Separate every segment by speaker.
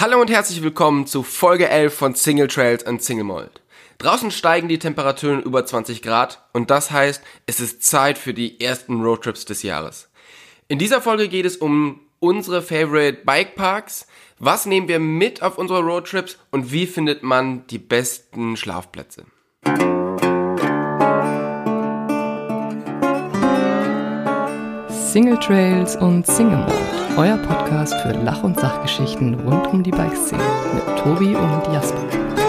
Speaker 1: Hallo und herzlich willkommen zu Folge 11 von Single Trails and Single Mold. Draußen steigen die Temperaturen über 20 Grad und das heißt, es ist Zeit für die ersten Roadtrips des Jahres. In dieser Folge geht es um unsere Favorite Bikeparks, was nehmen wir mit auf unsere Roadtrips und wie findet man die besten Schlafplätze.
Speaker 2: Single Trails und Single Mold, euer Podcast für Lach- und Sachgeschichten rund um die Bikeszene mit Tobi und Jasper.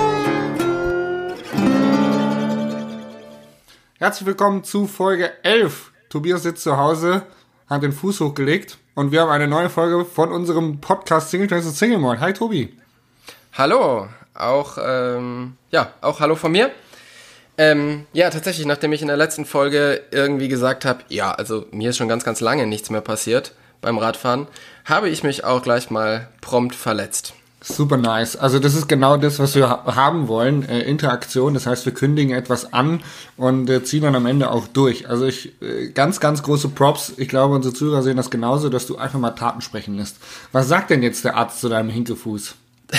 Speaker 3: Herzlich willkommen zu Folge 11. Tobias sitzt zu Hause, hat den Fuß hochgelegt und wir haben eine neue Folge von unserem Podcast Single Trails und Single Mold. Hi Tobi.
Speaker 1: Hallo, auch hallo von mir. Tatsächlich, nachdem ich in der letzten Folge irgendwie gesagt habe, also mir ist schon ganz, ganz lange nichts mehr passiert beim Radfahren, habe ich mich auch gleich mal prompt verletzt.
Speaker 3: Super nice. Also das ist genau das, was wir haben wollen, Interaktion. Das heißt, wir kündigen etwas an und ziehen dann am Ende auch durch. Also ganz, ganz große Props. Ich glaube, unsere Zuhörer sehen das genauso, dass du einfach mal Taten sprechen lässt. Was sagt denn jetzt der Arzt zu deinem Hinkefuß?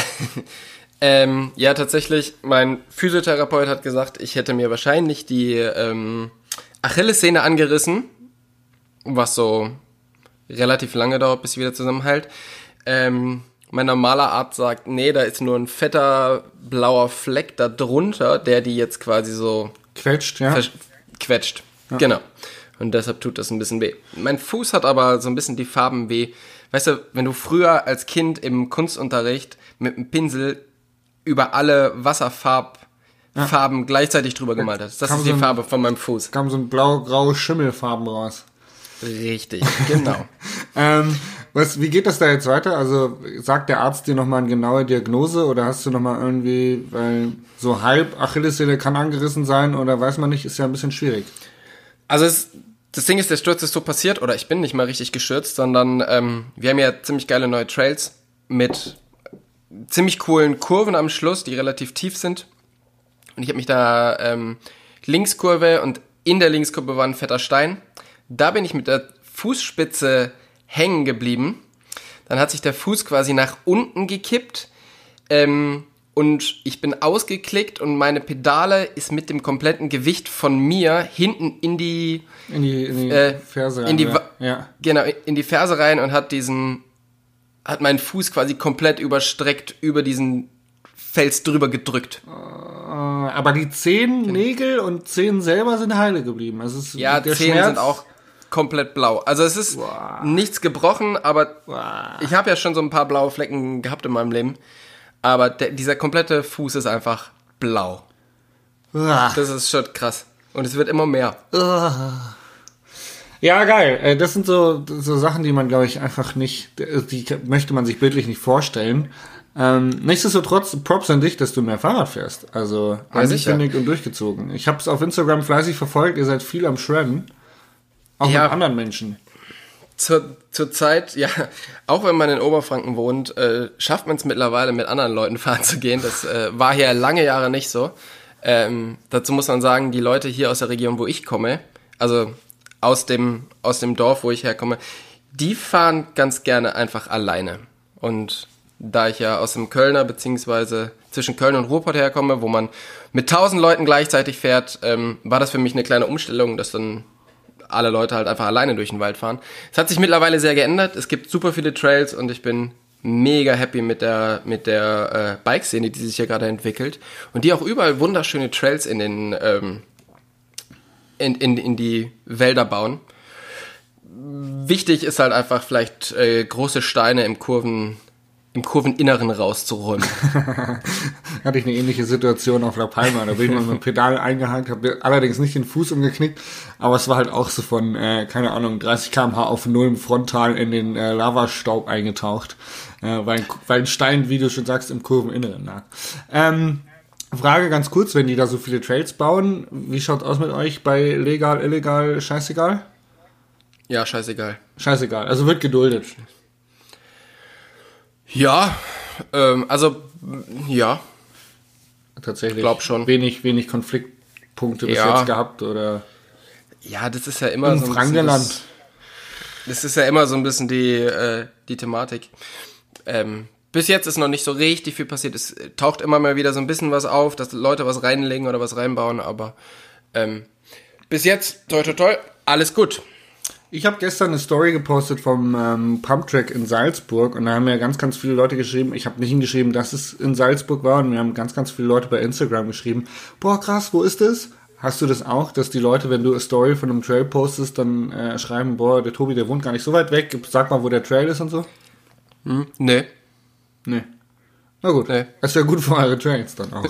Speaker 1: Tatsächlich, mein Physiotherapeut hat gesagt, ich hätte mir wahrscheinlich die Achillessehne angerissen, was so relativ lange dauert, bis sie wieder zusammenhält. Mein normaler Arzt sagt, nee, da ist nur ein fetter blauer Fleck da drunter, der die jetzt quasi so
Speaker 3: quetscht, ja?
Speaker 1: Quetscht, ja. Genau. Und deshalb tut das ein bisschen weh. Mein Fuß hat aber so ein bisschen die Farben weh. Weißt du, wenn du früher als Kind im Kunstunterricht mit einem Pinsel über alle Wasserfarben gleichzeitig drüber gemalt hast. Das ist die Farbe von meinem Fuß.
Speaker 3: Kam so ein blau-graue Schimmelfarben raus.
Speaker 1: Richtig, genau.
Speaker 3: Wie geht das da jetzt weiter? Also sagt der Arzt dir nochmal eine genaue Diagnose oder hast du nochmal irgendwie, weil so halb Achillessehne kann angerissen sein oder weiß man nicht, ist ja ein bisschen schwierig.
Speaker 1: Also das Ding ist, der Sturz ist so passiert, oder ich bin nicht mal richtig gestürzt, sondern wir haben ja ziemlich geile neue Trails mit ziemlich coolen Kurven am Schluss, die relativ tief sind. Und ich habe mich da Linkskurve und in der Linkskurve war ein fetter Stein. Da bin ich mit der Fußspitze hängen geblieben. Dann hat sich der Fuß quasi nach unten gekippt und ich bin ausgeklickt und meine Pedale ist mit dem kompletten Gewicht von mir hinten in die
Speaker 3: Ferse rein.
Speaker 1: Genau, in die Ferse rein und hat meinen Fuß quasi komplett überstreckt über diesen Fels drüber gedrückt.
Speaker 3: Aber die Zehennägel und Zehen selber sind heile geblieben. Also
Speaker 1: Zehen sind auch komplett blau. Also es ist nichts gebrochen, aber ich habe ja schon so ein paar blaue Flecken gehabt in meinem Leben. Aber dieser komplette Fuß ist einfach blau. Das ist schon krass. Und es wird immer mehr.
Speaker 3: Ja, geil. Das sind so Sachen, die man, glaube ich, einfach nicht, die möchte man sich bildlich nicht vorstellen. Nichtsdestotrotz, Props an dich, dass du mehr Fahrrad fährst. Also anständig und durchgezogen. Ich habe es auf Instagram fleißig verfolgt, ihr seid viel am Shredden. Auch mit anderen Menschen.
Speaker 1: Zur Zeit, auch wenn man in Oberfranken wohnt, schafft man es mittlerweile mit anderen Leuten fahren zu gehen. Das war hier lange Jahre nicht so. Dazu muss man sagen, die Leute hier aus der Region, wo ich komme, also aus dem Dorf, wo ich herkomme, die fahren ganz gerne einfach alleine. Und da ich ja aus dem Kölner, beziehungsweise zwischen Köln und Ruhrpott herkomme, wo man mit 1000 Leuten gleichzeitig fährt, war das für mich eine kleine Umstellung, dass dann alle Leute halt einfach alleine durch den Wald fahren. Es hat sich mittlerweile sehr geändert. Es gibt super viele Trails und ich bin mega happy mit der Bikeszene, die sich hier gerade entwickelt und die auch überall wunderschöne Trails in die Wälder bauen. Wichtig ist halt einfach vielleicht große Steine im Kurveninneren rauszuräumen.
Speaker 3: Hatte ich eine ähnliche Situation auf La Palma. Da bin ich mal mit dem Pedal eingehakt, habe allerdings nicht den Fuß umgeknickt, aber es war halt auch so von, 30 km/h auf 0 im Frontal in den Lavastaub eingetaucht, weil ein Stein, wie du schon sagst, im Kurveninneren lag. Frage ganz kurz, wenn die da so viele Trails bauen, wie schaut's aus mit euch bei legal, illegal, scheißegal?
Speaker 1: Ja, scheißegal.
Speaker 3: Scheißegal, also wird geduldet.
Speaker 1: Ja, tatsächlich. Ich glaube schon.
Speaker 3: Wenig Konfliktpunkte bis jetzt gehabt, oder?
Speaker 1: Ja, das ist ja immer so ein bisschen das ist ja immer so ein bisschen die Thematik. bis jetzt ist noch nicht so richtig viel passiert. Es taucht immer mal wieder so ein bisschen was auf, dass Leute was reinlegen oder was reinbauen, aber bis jetzt, toi toi toi, alles gut.
Speaker 3: Ich habe gestern eine Story gepostet vom Pumptrack in Salzburg und da haben mir ganz, ganz viele Leute geschrieben, ich habe nicht hingeschrieben, dass es in Salzburg war und mir haben ganz, ganz viele Leute bei Instagram geschrieben, boah krass, wo ist das? Hast du das auch, dass die Leute, wenn du eine Story von einem Trail postest, dann schreiben, boah, der Tobi, der wohnt gar nicht so weit weg, sag mal, wo der Trail ist und so?
Speaker 1: Nee.
Speaker 3: Na gut,
Speaker 1: Nee.
Speaker 3: das ist ja gut für eure Trails dann auch.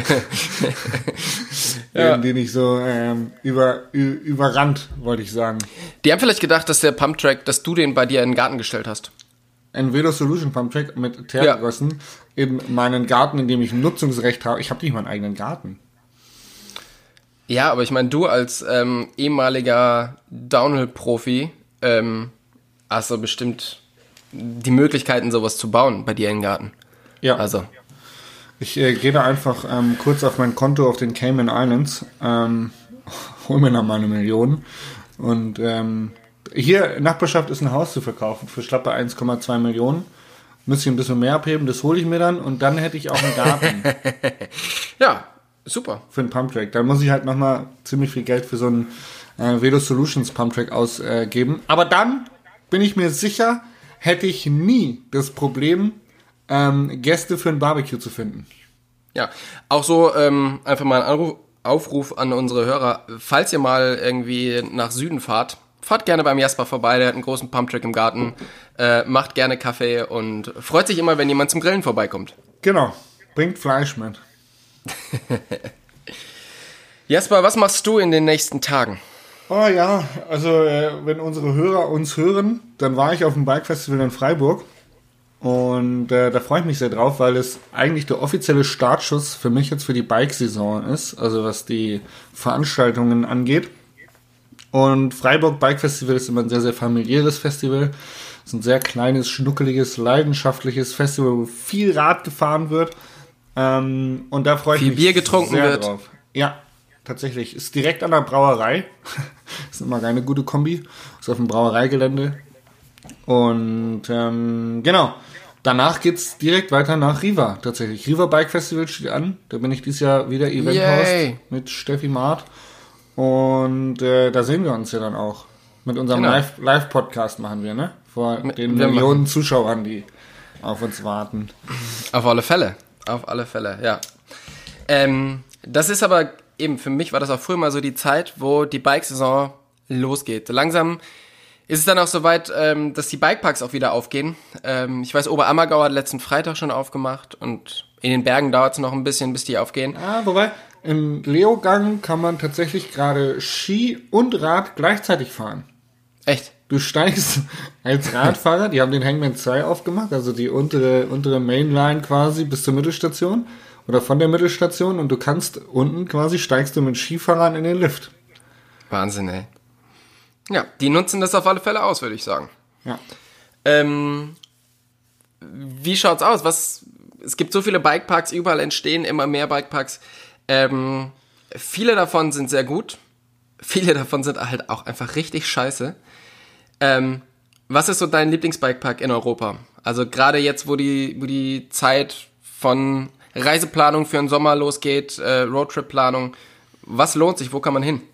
Speaker 3: Werden die nicht so überrannt, wollte ich sagen.
Speaker 1: Die haben vielleicht gedacht, dass der Pumptrack, dass du den bei dir in den Garten gestellt hast.
Speaker 3: Ein Velo Solution Pumptrack mit Teergerössen in meinen Garten, in dem ich ein Nutzungsrecht habe. Ich habe nicht meinen eigenen Garten.
Speaker 1: Ja, aber ich meine, du als ehemaliger Downhill-Profi hast du bestimmt die Möglichkeiten, sowas zu bauen bei dir im Garten.
Speaker 3: Ja.
Speaker 1: Also.
Speaker 3: Ich gehe da einfach kurz auf mein Konto auf den Cayman Islands, hol mir noch mal 1 Million und hier in Nachbarschaft ist ein Haus zu verkaufen für schlappe 1,2 Millionen. Müsste ich ein bisschen mehr abheben, das hole ich mir dann und dann hätte ich auch einen Garten.
Speaker 1: Ja, super.
Speaker 3: Für einen Pumptrack. Dann muss ich halt nochmal ziemlich viel Geld für so einen Velo Solutions Pumptrack ausgeben. Aber dann bin ich mir sicher, hätte ich nie das Problem, Gäste für ein Barbecue zu finden.
Speaker 1: Ja, auch so einfach mal ein Aufruf an unsere Hörer. Falls ihr mal irgendwie nach Süden fahrt gerne beim Jasper vorbei, der hat einen großen Pumptrack im Garten, macht gerne Kaffee und freut sich immer, wenn jemand zum Grillen vorbeikommt.
Speaker 3: Genau, bringt Fleisch mit.
Speaker 1: Jasper, was machst du in den nächsten Tagen?
Speaker 3: Oh ja, also wenn unsere Hörer uns hören, dann war ich auf dem Bike Festival in Freiburg. Und da freue ich mich sehr drauf, weil es eigentlich der offizielle Startschuss für mich jetzt für die Bike-Saison ist, also was die Veranstaltungen angeht. Und Freiburg Bike Festival ist immer ein sehr, sehr familiäres Festival. Es ist ein sehr kleines, schnuckeliges, leidenschaftliches Festival, wo viel Rad gefahren wird. Und da freue ich mich
Speaker 1: viel Bier getrunken
Speaker 3: sehr
Speaker 1: wird.
Speaker 3: drauf. Ja, tatsächlich. Ist direkt an der Brauerei. Ist immer eine gute Kombi. Ist auf dem Brauereigelände. Und genau, danach geht's direkt weiter nach Riva tatsächlich. Riva Bike Festival steht an. Da bin ich dieses Jahr wieder Event-Host mit Steffi Maat. Und da sehen wir uns ja dann auch. Mit unserem Live-Podcast machen wir, ne? Vor den Millionen Zuschauern, die auf uns warten.
Speaker 1: Auf alle Fälle, ja. Das ist aber eben, für mich war das auch früher mal so die Zeit, wo die Bike-Saison losgeht. So langsam ist es dann auch soweit, dass die Bikeparks auch wieder aufgehen. Ich weiß, Oberammergau hat letzten Freitag schon aufgemacht und in den Bergen dauert es noch ein bisschen, bis die aufgehen.
Speaker 3: Ah, wobei, im Leogang kann man tatsächlich gerade Ski und Rad gleichzeitig fahren.
Speaker 1: Echt?
Speaker 3: Du steigst als Radfahrer, die haben den Hangman 2 aufgemacht, also die untere Mainline quasi bis zur Mittelstation oder von der Mittelstation und du kannst unten quasi, steigst du mit Skifahrern in den Lift.
Speaker 1: Wahnsinn, ey. Ja, die nutzen das auf alle Fälle aus, würde ich sagen.
Speaker 3: Ja.
Speaker 1: Wie schaut's aus? Es gibt so viele Bikeparks, überall entstehen immer mehr Bikeparks. Viele davon sind sehr gut. Viele davon sind halt auch einfach richtig scheiße. Was ist so dein Lieblingsbikepark in Europa? Also gerade jetzt, wo die Zeit von Reiseplanung für den Sommer losgeht, Roadtrip-Planung. Was lohnt sich? Wo kann man hin?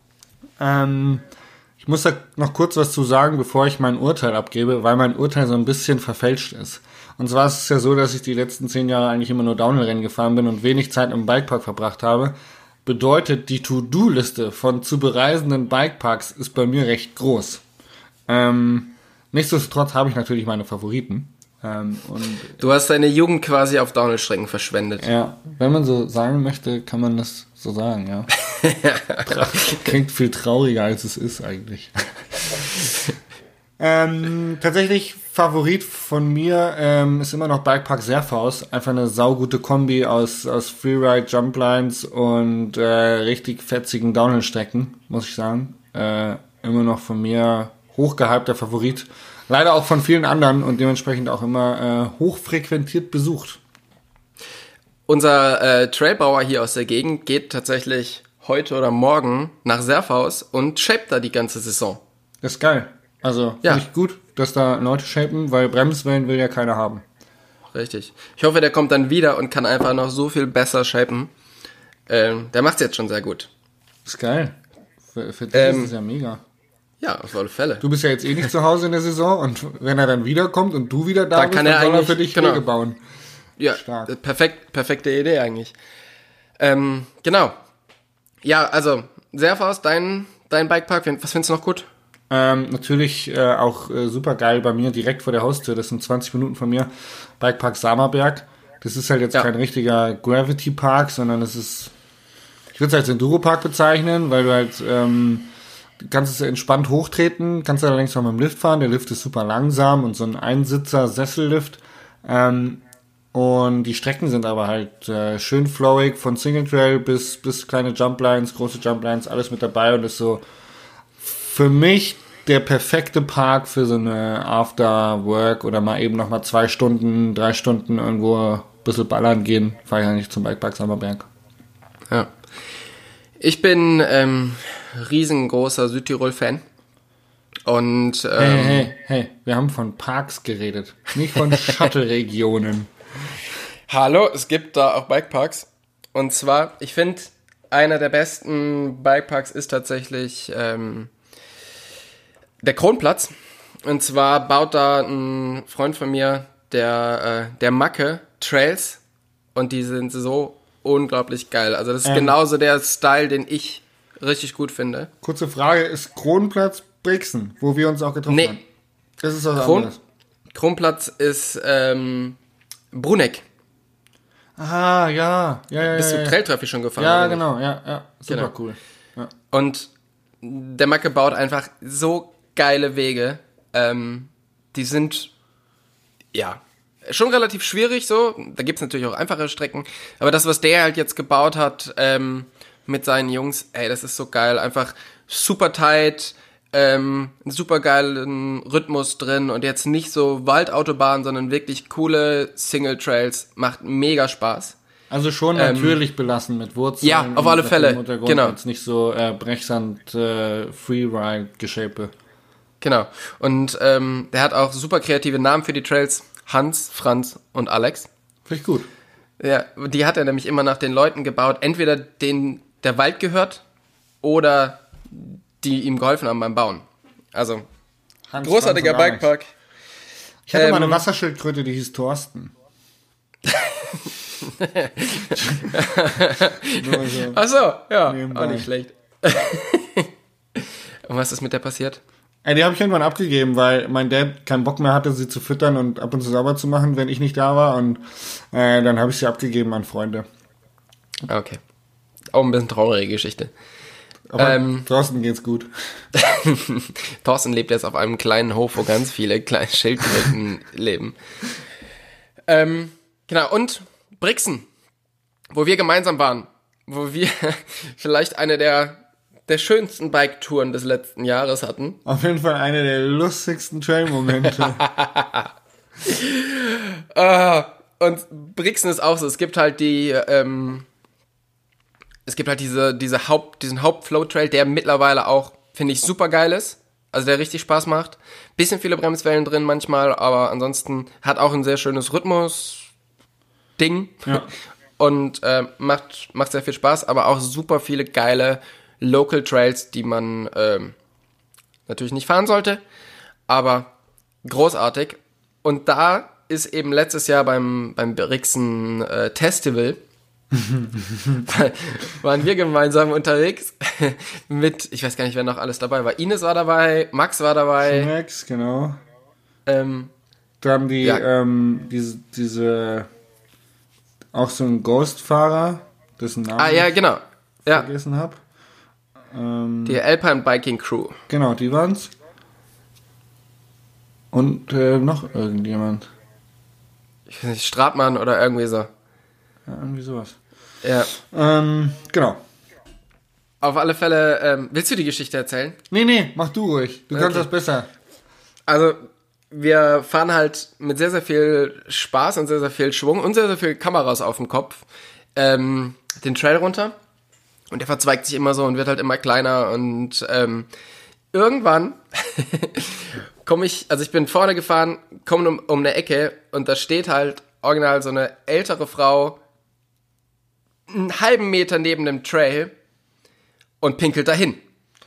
Speaker 3: Ich muss da noch kurz was zu sagen, bevor ich mein Urteil abgebe, weil mein Urteil so ein bisschen verfälscht ist. Und zwar ist es ja so, dass ich die letzten 10 Jahre eigentlich immer nur Downhill-Rennen gefahren bin und wenig Zeit im Bikepark verbracht habe. Bedeutet, die To-Do-Liste von zu bereisenden Bikeparks ist bei mir recht groß. Nichtsdestotrotz habe ich natürlich meine Favoriten. Und
Speaker 1: du hast deine Jugend quasi auf Downhill-Strecken verschwendet.
Speaker 3: Ja, wenn man so sagen möchte, kann man das so sagen, ja. Klingt viel trauriger, als es ist eigentlich. Tatsächlich Favorit von mir ist immer noch Bikepark Serfaus. Einfach eine saugute Kombi aus Freeride, Jumplines und richtig fetzigen Downhill-Strecken, muss ich sagen. Immer noch von mir hochgehypter Favorit. Leider auch von vielen anderen und dementsprechend auch immer hochfrequentiert besucht.
Speaker 1: Unser Trailbauer hier aus der Gegend geht tatsächlich heute oder morgen nach Serfaus und shaped da die ganze Saison.
Speaker 3: Das ist geil. Also finde ich gut, dass da Leute shapen, weil Bremswellen will ja keiner haben.
Speaker 1: Richtig. Ich hoffe, der kommt dann wieder und kann einfach noch so viel besser shapen. Der macht's jetzt schon sehr gut.
Speaker 3: Ist geil. Für dich ist es ja mega.
Speaker 1: Ja, auf alle Fälle.
Speaker 3: Du bist ja jetzt eh nicht zu Hause in der Saison und wenn er dann wiederkommt und du wieder da bist,
Speaker 1: kann
Speaker 3: dann
Speaker 1: er
Speaker 3: soll er
Speaker 1: eigentlich-
Speaker 3: für dich
Speaker 1: genau.
Speaker 3: Wege bauen.
Speaker 1: Ja,
Speaker 3: Stark.
Speaker 1: perfekte Idee eigentlich. Genau. Ja, also, Serfaus, dein Bikepark, was findest du noch gut?
Speaker 3: Natürlich auch super geil bei mir, direkt vor der Haustür, das sind 20 Minuten von mir, Bikepark Samerberg. Das ist halt jetzt
Speaker 1: Ja.
Speaker 3: kein richtiger Gravity Park, sondern es ist, ich würde es als Enduro-Park bezeichnen, weil du halt, du kannst es entspannt hochtreten, kannst allerdings auch mit dem Lift fahren, der Lift ist super langsam und so ein Einsitzer-Sessellift. Und die Strecken sind aber halt schön flowig, von Single Trail bis kleine Jumplines, große Jumplines, alles mit dabei und ist so für mich der perfekte Park für so eine After-Work oder mal eben nochmal 2 Stunden, 3 Stunden irgendwo ein bisschen ballern gehen, fahre ich eigentlich zum Bikepark Samerberg.
Speaker 1: Ja. Ich bin riesengroßer Südtirol-Fan. Und
Speaker 3: Hey, wir haben von Parks geredet, nicht von Shuttle-Regionen.
Speaker 1: hallo, es gibt da auch Bikeparks. Und zwar, ich finde, einer der besten Bikeparks ist tatsächlich der Kronplatz. Und zwar baut da ein Freund von mir, der Macke, Trails. Und die sind so unglaublich geil. Also das ist genauso der Style, den ich richtig gut finde.
Speaker 3: Kurze Frage, ist Kronplatz Brixen, wo wir uns auch getroffen
Speaker 1: Nee.
Speaker 3: haben? Das ist was anderes.
Speaker 1: Kronplatz ist Bruneck.
Speaker 3: Ah, ja.
Speaker 1: Bist du Trailtraffic schon gefahren?
Speaker 3: Ja,
Speaker 1: oder nicht?
Speaker 3: genau, ja. Super
Speaker 1: Genau.
Speaker 3: cool. Ja.
Speaker 1: Und der Macke baut einfach so geile Wege. Die sind, ja, schon relativ schwierig so. Da gibt's natürlich auch einfache Strecken. Aber das, was der halt jetzt gebaut hat mit seinen Jungs, ey, das ist so geil. Einfach super tight, einen super geilen Rhythmus drin und jetzt nicht so Waldautobahn, sondern wirklich coole Single Trails. Macht mega Spaß.
Speaker 3: Also schon natürlich belassen mit Wurzeln.
Speaker 1: Ja, auf alle
Speaker 3: und
Speaker 1: Fälle,
Speaker 3: im Untergrund
Speaker 1: genau.
Speaker 3: Jetzt nicht so Brechsand Freeride-Geschape.
Speaker 1: Genau. Und der hat auch super kreative Namen für die Trails. Hans, Franz und Alex.
Speaker 3: Finde ich gut.
Speaker 1: Ja, die hat er nämlich immer nach den Leuten gebaut. Entweder denen der Wald gehört oder die ihm geholfen haben beim Bauen. Also,
Speaker 3: Hans,
Speaker 1: großartiger
Speaker 3: Franz und Alex.
Speaker 1: Bikepark.
Speaker 3: Ich hatte mal eine Wasserschildkröte, die hieß Thorsten. Nur so.
Speaker 1: Ach so, ja,
Speaker 3: Nebenbei.
Speaker 1: auch nicht schlecht. Und was ist mit der passiert?
Speaker 3: Die habe ich irgendwann abgegeben, weil mein Dad keinen Bock mehr hatte, sie zu füttern und ab und zu sauber zu machen, wenn ich nicht da war. Und dann habe ich sie abgegeben an Freunde.
Speaker 1: Okay. Auch ein bisschen traurige Geschichte.
Speaker 3: Aber draußen geht's gut.
Speaker 1: Thorsten lebt jetzt auf einem kleinen Hof, wo ganz viele kleine Schildkröten leben. Genau, und Brixen, wo wir gemeinsam waren, wo wir vielleicht eine der schönsten Bike-Touren des letzten Jahres hatten.
Speaker 3: Auf jeden Fall einer der lustigsten Trail-Momente.
Speaker 1: Und Brixen ist auch so, es gibt halt diesen Hauptflow-Trail, der mittlerweile auch, finde ich, super geil ist. Also der richtig Spaß macht. Bisschen viele Bremswellen drin manchmal, aber ansonsten hat auch ein sehr schönes Rhythmus-Ding.
Speaker 3: Ja.
Speaker 1: Und macht sehr viel Spaß, aber auch super viele geile Local Trails, die man natürlich nicht fahren sollte, aber großartig. Und da ist eben letztes Jahr beim Brixen Festival waren wir gemeinsam unterwegs mit, ich weiß gar nicht, wer noch alles dabei war. Ines war dabei, Max war dabei.
Speaker 3: Max, genau.
Speaker 1: Ähm,
Speaker 3: Dann die,
Speaker 1: Ja.
Speaker 3: diese auch so ein Ghost-Fahrer, dessen Namen
Speaker 1: ja,
Speaker 3: ich
Speaker 1: genau. Ja,
Speaker 3: vergessen habe.
Speaker 1: die Alpine Biking Crew.
Speaker 3: Genau, die waren's. Und noch irgendjemand.
Speaker 1: Ich weiß nicht, Stratmann oder irgendwie so.
Speaker 3: Ja, irgendwie sowas.
Speaker 1: Ja.
Speaker 3: Genau.
Speaker 1: Auf alle Fälle, willst du die Geschichte erzählen?
Speaker 3: Nee, mach du ruhig. Du kannst
Speaker 1: Okay.
Speaker 3: das besser.
Speaker 1: Also, wir fahren halt mit sehr, sehr viel Spaß und sehr, sehr viel Schwung und sehr, sehr viel Kameras auf dem Kopf den Trail runter. Und der verzweigt sich immer so und wird halt immer kleiner. Und irgendwann ich bin vorne gefahren, komme um eine Ecke und da steht halt original so eine ältere Frau einen halben Meter neben dem Trail und pinkelt dahin.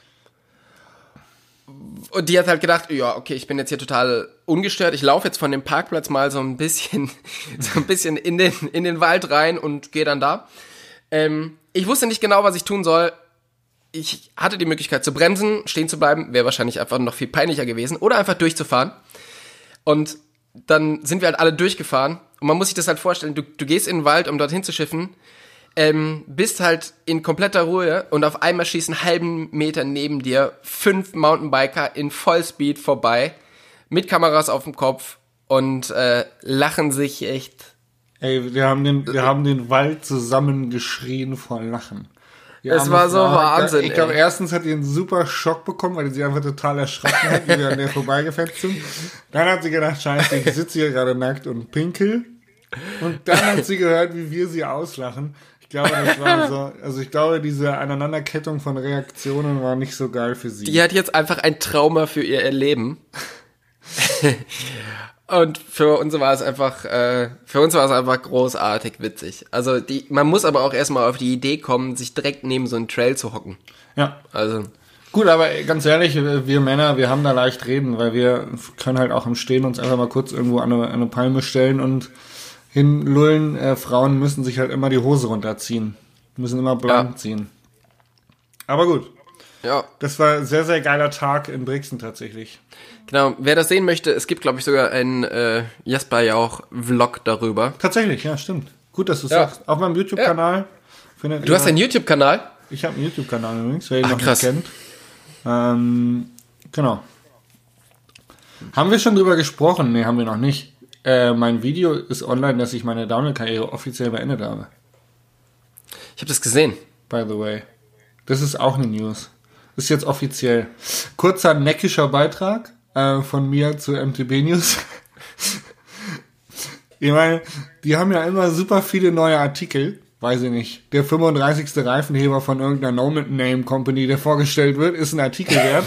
Speaker 1: Und die hat halt gedacht, ja, okay, ich bin jetzt hier total ungestört. Ich laufe jetzt von dem Parkplatz mal so ein bisschen in den Wald rein und gehe dann da. Ich wusste nicht genau, was ich tun soll. Ich hatte die Möglichkeit zu bremsen, stehen zu bleiben, wäre wahrscheinlich einfach noch viel peinlicher gewesen. Oder einfach durchzufahren. Und dann sind wir halt alle durchgefahren. Und man muss sich das halt vorstellen, du gehst in den Wald, um dorthin zu schiffen, bist halt in kompletter Ruhe und auf einmal schießen einen halben Meter neben dir 5 Mountainbiker in Vollspeed vorbei, mit Kameras auf dem Kopf und lachen sich echt.
Speaker 3: Ey, wir haben den Wald zusammengeschrien vor Lachen.
Speaker 1: Es war so Wahnsinn.
Speaker 3: Ich glaube, erstens hat die einen super Schock bekommen, weil sie einfach total erschrocken hat, wie wir an der vorbeigefetzt sind. Dann hat sie gedacht, scheiße, ich sitze hier gerade nackt und pinkel. Und dann hat sie gehört, wie wir sie auslachen. Ich glaube, das war so, also ich glaube, diese Aneinanderkettung von Reaktionen war nicht so geil für sie.
Speaker 1: Die hat jetzt einfach ein Trauma für ihr Leben. Und für uns war es einfach großartig witzig. Also man muss aber auch erstmal auf die Idee kommen, sich direkt neben so einen Trail zu hocken.
Speaker 3: Ja.
Speaker 1: Also.
Speaker 3: Gut, aber ganz ehrlich, wir Männer, wir haben da leicht reden, weil wir können halt auch im Stehen uns einfach mal kurz irgendwo an eine Palme stellen und hinlullen. Frauen müssen sich halt immer die Hose runterziehen. Müssen immer blank ziehen. Aber gut.
Speaker 1: Ja.
Speaker 3: Das war ein sehr, sehr geiler Tag in Brixen tatsächlich.
Speaker 1: Genau, wer das sehen möchte, es gibt, glaube ich, sogar einen Jasper Jauch-Vlog darüber.
Speaker 3: Tatsächlich, ja, stimmt. Gut, dass du sagst. Auf meinem YouTube-Kanal.
Speaker 1: Ja. Du hast einen YouTube-Kanal?
Speaker 3: Ich habe einen YouTube-Kanal übrigens, wer ihn noch
Speaker 1: krass.
Speaker 3: nicht kennt. Genau. Haben wir schon drüber gesprochen? Nee, haben wir noch nicht. Mein Video ist online, dass ich meine Downhill-Karriere offiziell beendet habe.
Speaker 1: Ich habe das gesehen.
Speaker 3: By the way. Das ist auch eine News. Ist jetzt offiziell. Kurzer neckischer Beitrag von mir zu MTB News. Ich meine, die haben ja immer super viele neue Artikel. Weiß ich nicht. Der 35. Reifenheber von irgendeiner No-Name-Company, der vorgestellt wird, ist ein Artikel wert.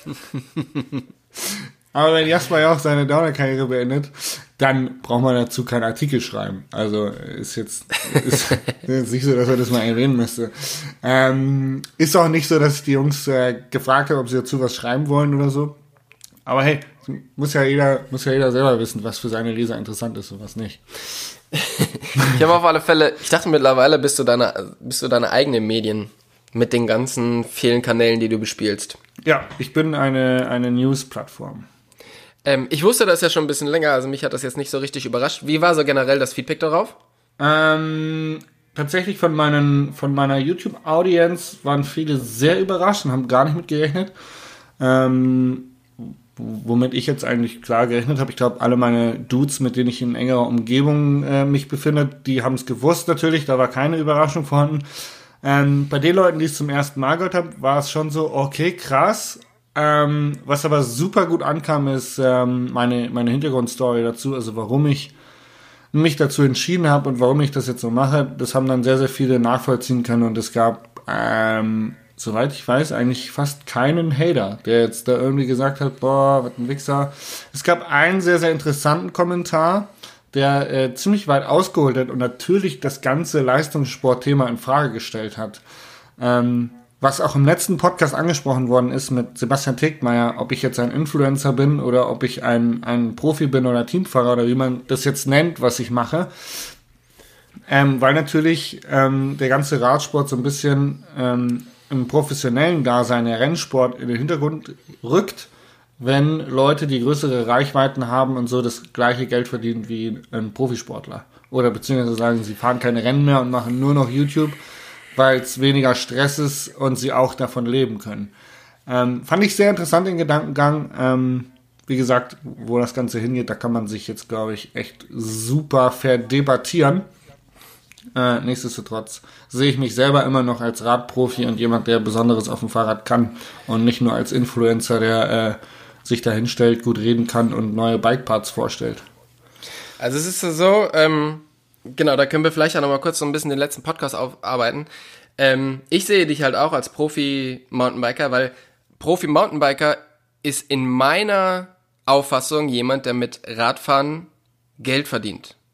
Speaker 3: Aber wenn Jasper ja auch seine Downhill-Karriere beendet, dann braucht man dazu keinen Artikel schreiben. Also ist jetzt nicht so, dass er das mal erwähnen müsste. Ist auch nicht so, dass ich die Jungs gefragt habe, ob sie dazu was schreiben wollen oder so. Aber hey, muss ja jeder selber wissen, was für seine Leser interessant ist und was nicht.
Speaker 1: Ich habe auf alle Fälle, ich dachte mittlerweile bist du deine eigenen Medien mit den ganzen vielen Kanälen, die du bespielst.
Speaker 3: Ja, ich bin eine News-Plattform.
Speaker 1: Ich wusste das ja schon ein bisschen länger, also mich hat das jetzt nicht so richtig überrascht. Wie war so generell das Feedback darauf?
Speaker 3: Tatsächlich von meiner YouTube-Audience waren viele sehr überrascht und haben gar nicht mit gerechnet. Womit ich jetzt eigentlich klar gerechnet habe. Ich glaube, alle meine Dudes, mit denen ich in engerer Umgebung mich befinde, die haben es gewusst natürlich, da war keine Überraschung vorhanden. Bei den Leuten, die es zum ersten Mal gehört haben, war es schon so, okay, krass. Was aber super gut ankam, ist meine Hintergrundstory dazu, also warum ich mich dazu entschieden habe und warum ich das jetzt so mache. Das haben dann sehr, sehr viele nachvollziehen können und es gab, soweit ich weiß, eigentlich fast keinen Hater, der jetzt da irgendwie gesagt hat, boah, was ein Wichser. Es gab einen sehr, sehr interessanten Kommentar, der ziemlich weit ausgeholt hat und natürlich das ganze Leistungssportthema in Frage gestellt hat. Was auch im letzten Podcast angesprochen worden ist mit Sebastian Tegtmeier, ob ich jetzt ein Influencer bin oder ob ich ein Profi bin oder Teamfahrer oder wie man das jetzt nennt, was ich mache. Weil natürlich der ganze Radsport so ein bisschen im professionellen Dasein der Rennsport in den Hintergrund rückt, wenn Leute, die größere Reichweiten haben und so das gleiche Geld verdienen wie ein Profisportler. Oder beziehungsweise sagen, sie fahren keine Rennen mehr und machen nur noch YouTube, weil es weniger Stress ist und sie auch davon leben können. Fand ich sehr interessant den Gedankengang. Wie gesagt, wo das Ganze hingeht, da kann man sich jetzt, glaube ich, echt super verdebattieren. Nichtsdestotrotz sehe ich mich selber immer noch als Radprofi und jemand, der Besonderes auf dem Fahrrad kann und nicht nur als Influencer, der sich da hinstellt, gut reden kann und neue Bikeparts vorstellt.
Speaker 1: Also es ist so, genau, da können wir vielleicht auch noch mal kurz so ein bisschen den letzten Podcast aufarbeiten. Ich sehe dich halt auch als Profi-Mountainbiker, weil Profi-Mountainbiker ist in meiner Auffassung jemand, der mit Radfahren Geld verdient.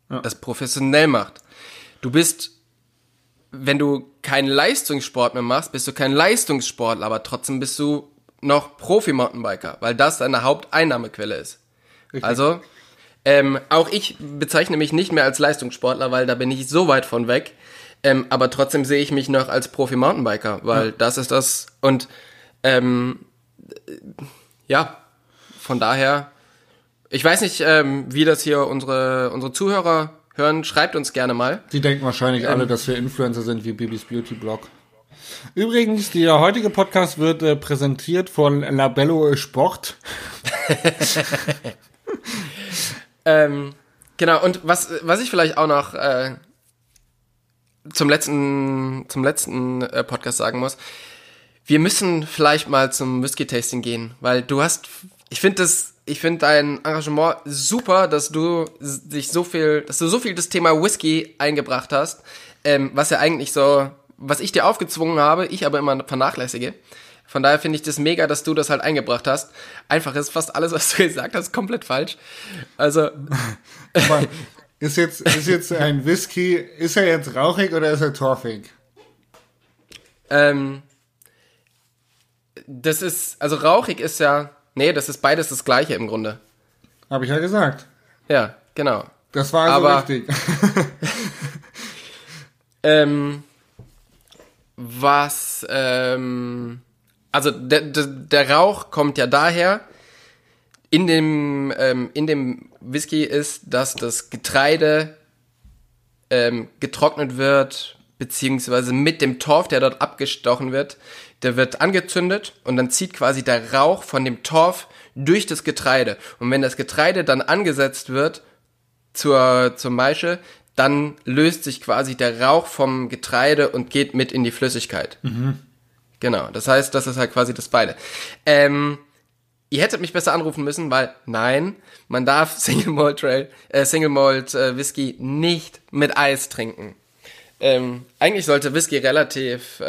Speaker 1: das professionell macht. Du bist, wenn du keinen Leistungssport mehr machst, bist du kein Leistungssportler, aber trotzdem bist du noch Profi-Mountainbiker, weil das deine Haupteinnahmequelle ist.
Speaker 3: Richtig.
Speaker 1: Also, auch ich bezeichne mich nicht mehr als Leistungssportler, weil da bin ich so weit von weg. Aber trotzdem sehe ich mich noch als Profi-Mountainbiker, weil das ist das. Und ja, von daher, ich weiß nicht, wie das hier unsere Zuhörer hören. Schreibt uns gerne mal.
Speaker 3: Die denken wahrscheinlich alle, dass wir Influencer sind wie Bibis Beauty Blog. Übrigens, der heutige Podcast wird präsentiert von Labello Sport.
Speaker 1: Genau, und was ich vielleicht auch noch zum letzten Podcast sagen muss, wir müssen vielleicht mal zum Whisky-Tasting gehen, weil ich finde dein Engagement super, dass du so viel das Thema Whisky eingebracht hast, was ja eigentlich so, was ich dir aufgezwungen habe, ich aber immer vernachlässige. Von daher finde ich das mega, dass du das halt eingebracht hast. Einfach ist fast alles, was du gesagt hast, komplett falsch. Also
Speaker 3: Ist jetzt ein Whisky, ist er jetzt rauchig oder ist er torfig?
Speaker 1: Das ist, also rauchig ist ja, nee, das ist beides das Gleiche im Grunde.
Speaker 3: Habe ich ja gesagt.
Speaker 1: Ja, genau.
Speaker 3: Das war also
Speaker 1: Aber
Speaker 3: richtig.
Speaker 1: Also der Rauch kommt ja daher, in dem Whisky ist, dass das Getreide getrocknet wird, beziehungsweise mit dem Torf, der dort abgestochen wird, der wird angezündet und dann zieht quasi der Rauch von dem Torf durch das Getreide. Und wenn das Getreide dann angesetzt wird zur Maische, dann löst sich quasi der Rauch vom Getreide und geht mit in die Flüssigkeit. Mhm. Genau, das heißt, das ist halt quasi das beide. Ihr hättet mich besser anrufen müssen, weil nein, man darf Single Malt Whisky nicht mit Eis trinken. Eigentlich sollte Whisky relativ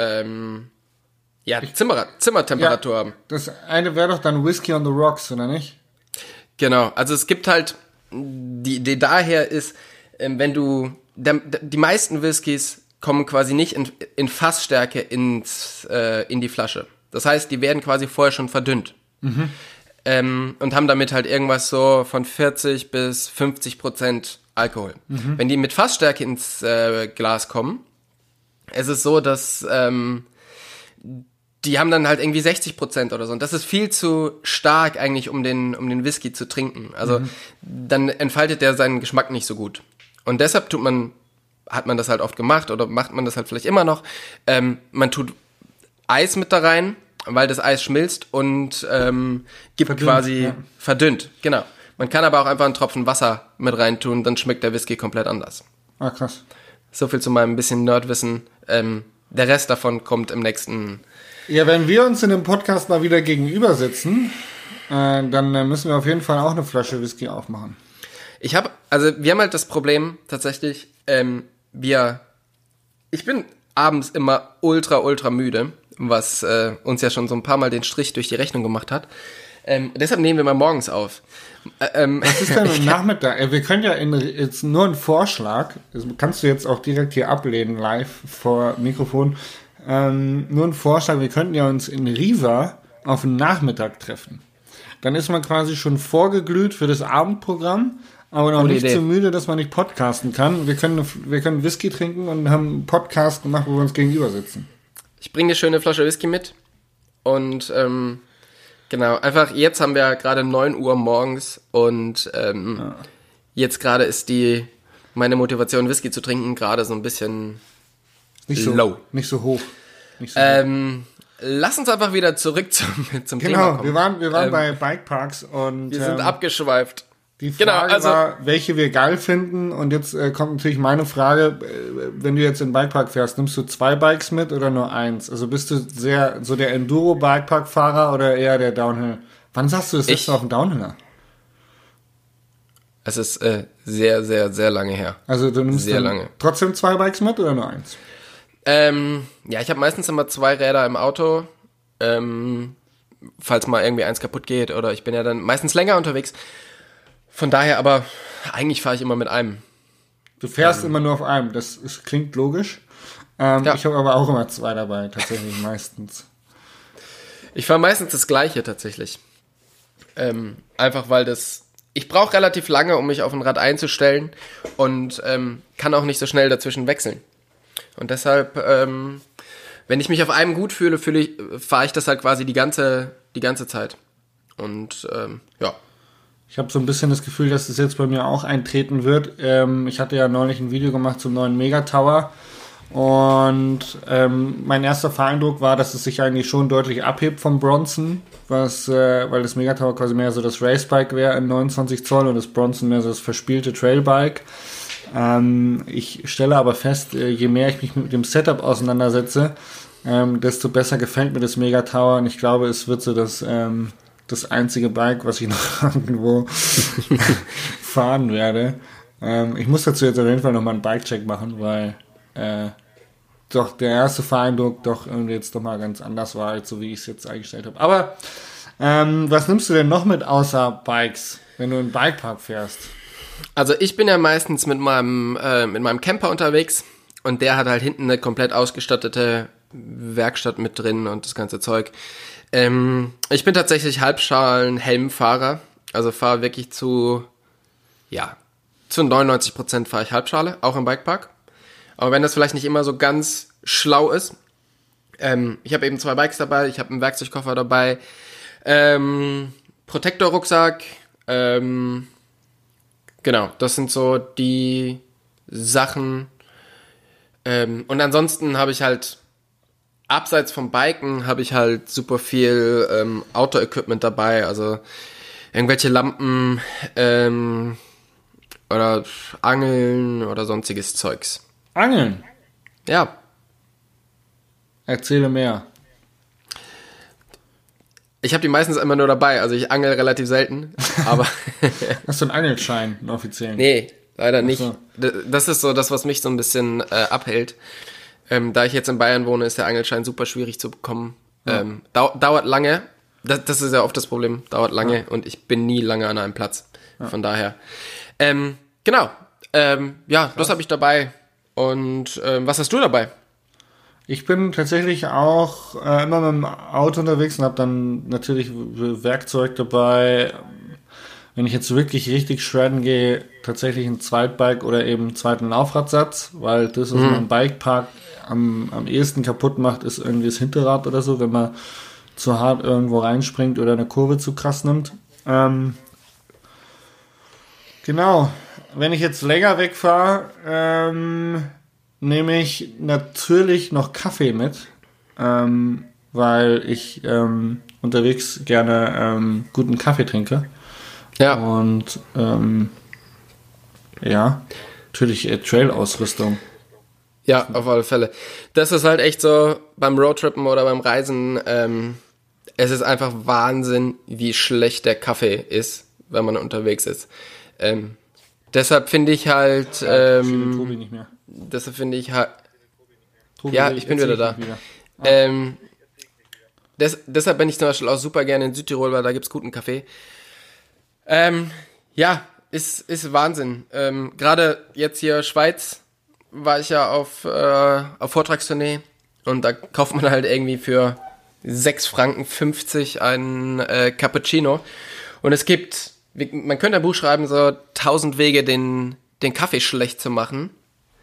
Speaker 1: Zimmertemperatur haben.
Speaker 3: Das eine wäre doch dann Whisky on the Rocks, oder nicht?
Speaker 1: Genau, also es gibt halt, die Idee daher ist, wenn du, die meisten Whiskys kommen quasi nicht in Fassstärke in die Flasche. Das heißt, die werden quasi vorher schon verdünnt. Mhm. Und haben damit halt irgendwas so von 40 bis 50% Alkohol. Mhm. Wenn die mit Fassstärke ins Glas kommen, es ist so, dass die haben dann halt irgendwie 60% oder so. Und das ist viel zu stark eigentlich, um den Whisky zu trinken. Also dann entfaltet der seinen Geschmack nicht so gut. Und deshalb hat man das halt oft gemacht oder macht man das halt vielleicht immer noch. Man tut Eis mit da rein, weil das Eis schmilzt und gibt verdünnt, genau. Man kann aber auch einfach einen Tropfen Wasser mit reintun, dann schmeckt der Whisky komplett anders.
Speaker 3: Ah, krass.
Speaker 1: So viel zu meinem bisschen Nerdwissen. Der Rest davon kommt im nächsten.
Speaker 3: Ja, wenn wir uns in dem Podcast mal wieder gegenüber sitzen, dann müssen wir auf jeden Fall auch eine Flasche Whisky aufmachen.
Speaker 1: Wir haben halt das Problem tatsächlich, ich bin abends immer ultra müde, was uns ja schon so ein paar Mal den Strich durch die Rechnung gemacht hat. Deshalb nehmen wir mal morgens auf.
Speaker 3: Was ist denn am Nachmittag? Wir können ja jetzt nur einen Vorschlag, das kannst du jetzt auch direkt hier ablehnen, live vor Mikrofon, nur einen Vorschlag, wir könnten ja uns in Riva auf den Nachmittag treffen. Dann ist man quasi schon vorgeglüht für das Abendprogramm, aber noch nicht so müde, dass man nicht podcasten kann. Wir können Whisky trinken und haben einen Podcast gemacht, wo wir uns gegenüber sitzen.
Speaker 1: Ich bringe eine schöne Flasche Whisky mit und genau, einfach jetzt haben wir gerade 9 Uhr morgens und jetzt gerade ist meine Motivation, Whisky zu trinken, gerade so ein bisschen low.
Speaker 3: Nicht so hoch.
Speaker 1: Lass uns einfach wieder zurück zum Thema kommen.
Speaker 3: Genau, wir waren bei Bikeparks und
Speaker 1: wir sind abgeschweift.
Speaker 3: Die Frage war, welche wir geil finden, und jetzt kommt natürlich meine Frage, wenn du jetzt in den Bikepark fährst, nimmst du 2 Bikes mit oder nur 1? Also bist du sehr so der Enduro-Bikepark-Fahrer oder eher der Downhill? Wann sagst du das letzte auf dem Downhiller?
Speaker 1: Es ist sehr, sehr, sehr lange her.
Speaker 3: Also du nimmst trotzdem 2 Bikes mit oder nur 1?
Speaker 1: Ja, ich habe meistens immer 2 Räder im Auto, falls mal irgendwie eins kaputt geht, oder ich bin ja dann meistens länger unterwegs. Von daher aber, eigentlich fahre ich immer mit einem.
Speaker 3: Du fährst immer nur auf einem, klingt logisch.
Speaker 1: Ja.
Speaker 3: Ich habe aber auch immer 2 dabei, tatsächlich meistens.
Speaker 1: Ich fahre meistens das Gleiche tatsächlich. Einfach weil ich brauche relativ lange, um mich auf ein Rad einzustellen und kann auch nicht so schnell dazwischen wechseln. Und deshalb, wenn ich mich auf einem gut fühle, fahre ich das halt quasi die ganze Zeit. Und ja.
Speaker 3: Ich habe so ein bisschen das Gefühl, dass das jetzt bei mir auch eintreten wird. Ich hatte ja neulich ein Video gemacht zum neuen Megatower und mein erster Fahreindruck war, dass es sich eigentlich schon deutlich abhebt vom Bronson, weil das Megatower quasi mehr so das Racebike wäre in 29 Zoll und das Bronson mehr so das verspielte Trailbike. Ich stelle aber fest, je mehr ich mich mit dem Setup auseinandersetze, desto besser gefällt mir das Megatower und ich glaube, es wird so das einzige Bike, was ich noch irgendwo fahren werde. Ich muss dazu jetzt auf jeden Fall nochmal einen Bike-Check machen, weil doch der erste Fahreindruck doch irgendwie jetzt doch mal ganz anders war, als so wie ich es jetzt eingestellt habe. Aber was nimmst du denn noch mit außer Bikes, wenn du in den Bikepark fährst?
Speaker 1: Also ich bin ja meistens mit meinem Camper unterwegs und der hat halt hinten eine komplett ausgestattete Werkstatt mit drin und das ganze Zeug. Ich bin tatsächlich Halbschalen-Helmfahrer, also fahre wirklich zu 99% fahre ich Halbschale, auch im Bikepark. Aber wenn das vielleicht nicht immer so ganz schlau ist, ich habe eben 2 Bikes dabei, ich habe einen Werkzeugkoffer dabei, Protektor-Rucksack, genau, das sind so die Sachen. Und ansonsten habe ich halt abseits vom Biken habe ich halt super viel Outdoor-Equipment dabei, also irgendwelche Lampen oder Angeln oder sonstiges Zeugs.
Speaker 3: Angeln?
Speaker 1: Ja.
Speaker 3: Erzähle mehr.
Speaker 1: Ich habe die meistens immer nur dabei, also ich angel relativ selten, aber...
Speaker 3: Hast du einen Angelschein, einen offiziellen?
Speaker 1: Nee, leider nicht.
Speaker 3: So.
Speaker 1: Das ist so das, was mich so ein bisschen abhält. Da ich jetzt in Bayern wohne, ist der Angelschein super schwierig zu bekommen.
Speaker 3: Ja.
Speaker 1: Dauert lange. Das ist ja oft das Problem. Dauert lange und ich bin nie lange an einem Platz. Ja. Von daher. Genau. Das habe ich dabei. Und was hast du dabei?
Speaker 3: Ich bin tatsächlich auch immer mit dem Auto unterwegs und habe dann natürlich Werkzeug dabei. Wenn ich jetzt wirklich richtig shredden gehe, tatsächlich ein Zweitbike oder eben einen zweiten Laufradsatz, weil das, was man im Bikepark am ehesten kaputt macht, ist irgendwie das Hinterrad oder so, wenn man zu hart irgendwo reinspringt oder eine Kurve zu krass nimmt. Genau. Wenn ich jetzt länger wegfahre, nehme ich natürlich noch Kaffee mit, weil ich unterwegs gerne guten Kaffee trinke.
Speaker 1: Ja.
Speaker 3: Und natürlich Trail-Ausrüstung.
Speaker 1: Ja, auf alle Fälle. Das ist halt echt so beim Roadtrippen oder beim Reisen, es ist einfach Wahnsinn, wie schlecht der Kaffee ist, wenn man unterwegs ist. Deshalb finde ich halt...
Speaker 3: Tobi nicht mehr.
Speaker 1: Deshalb finde ich halt...
Speaker 3: Tobi,
Speaker 1: ja, ich bin wieder da. Deshalb bin ich zum Beispiel auch super gerne in Südtirol, weil da gibt's guten Kaffee. Ist Wahnsinn. Gerade jetzt hier Schweiz war ich ja auf Vortragstournee und da kauft man halt irgendwie für 6,50 Franken einen Cappuccino. Und es gibt, man könnte ein Buch schreiben, so 1000 Wege, den Kaffee schlecht zu machen.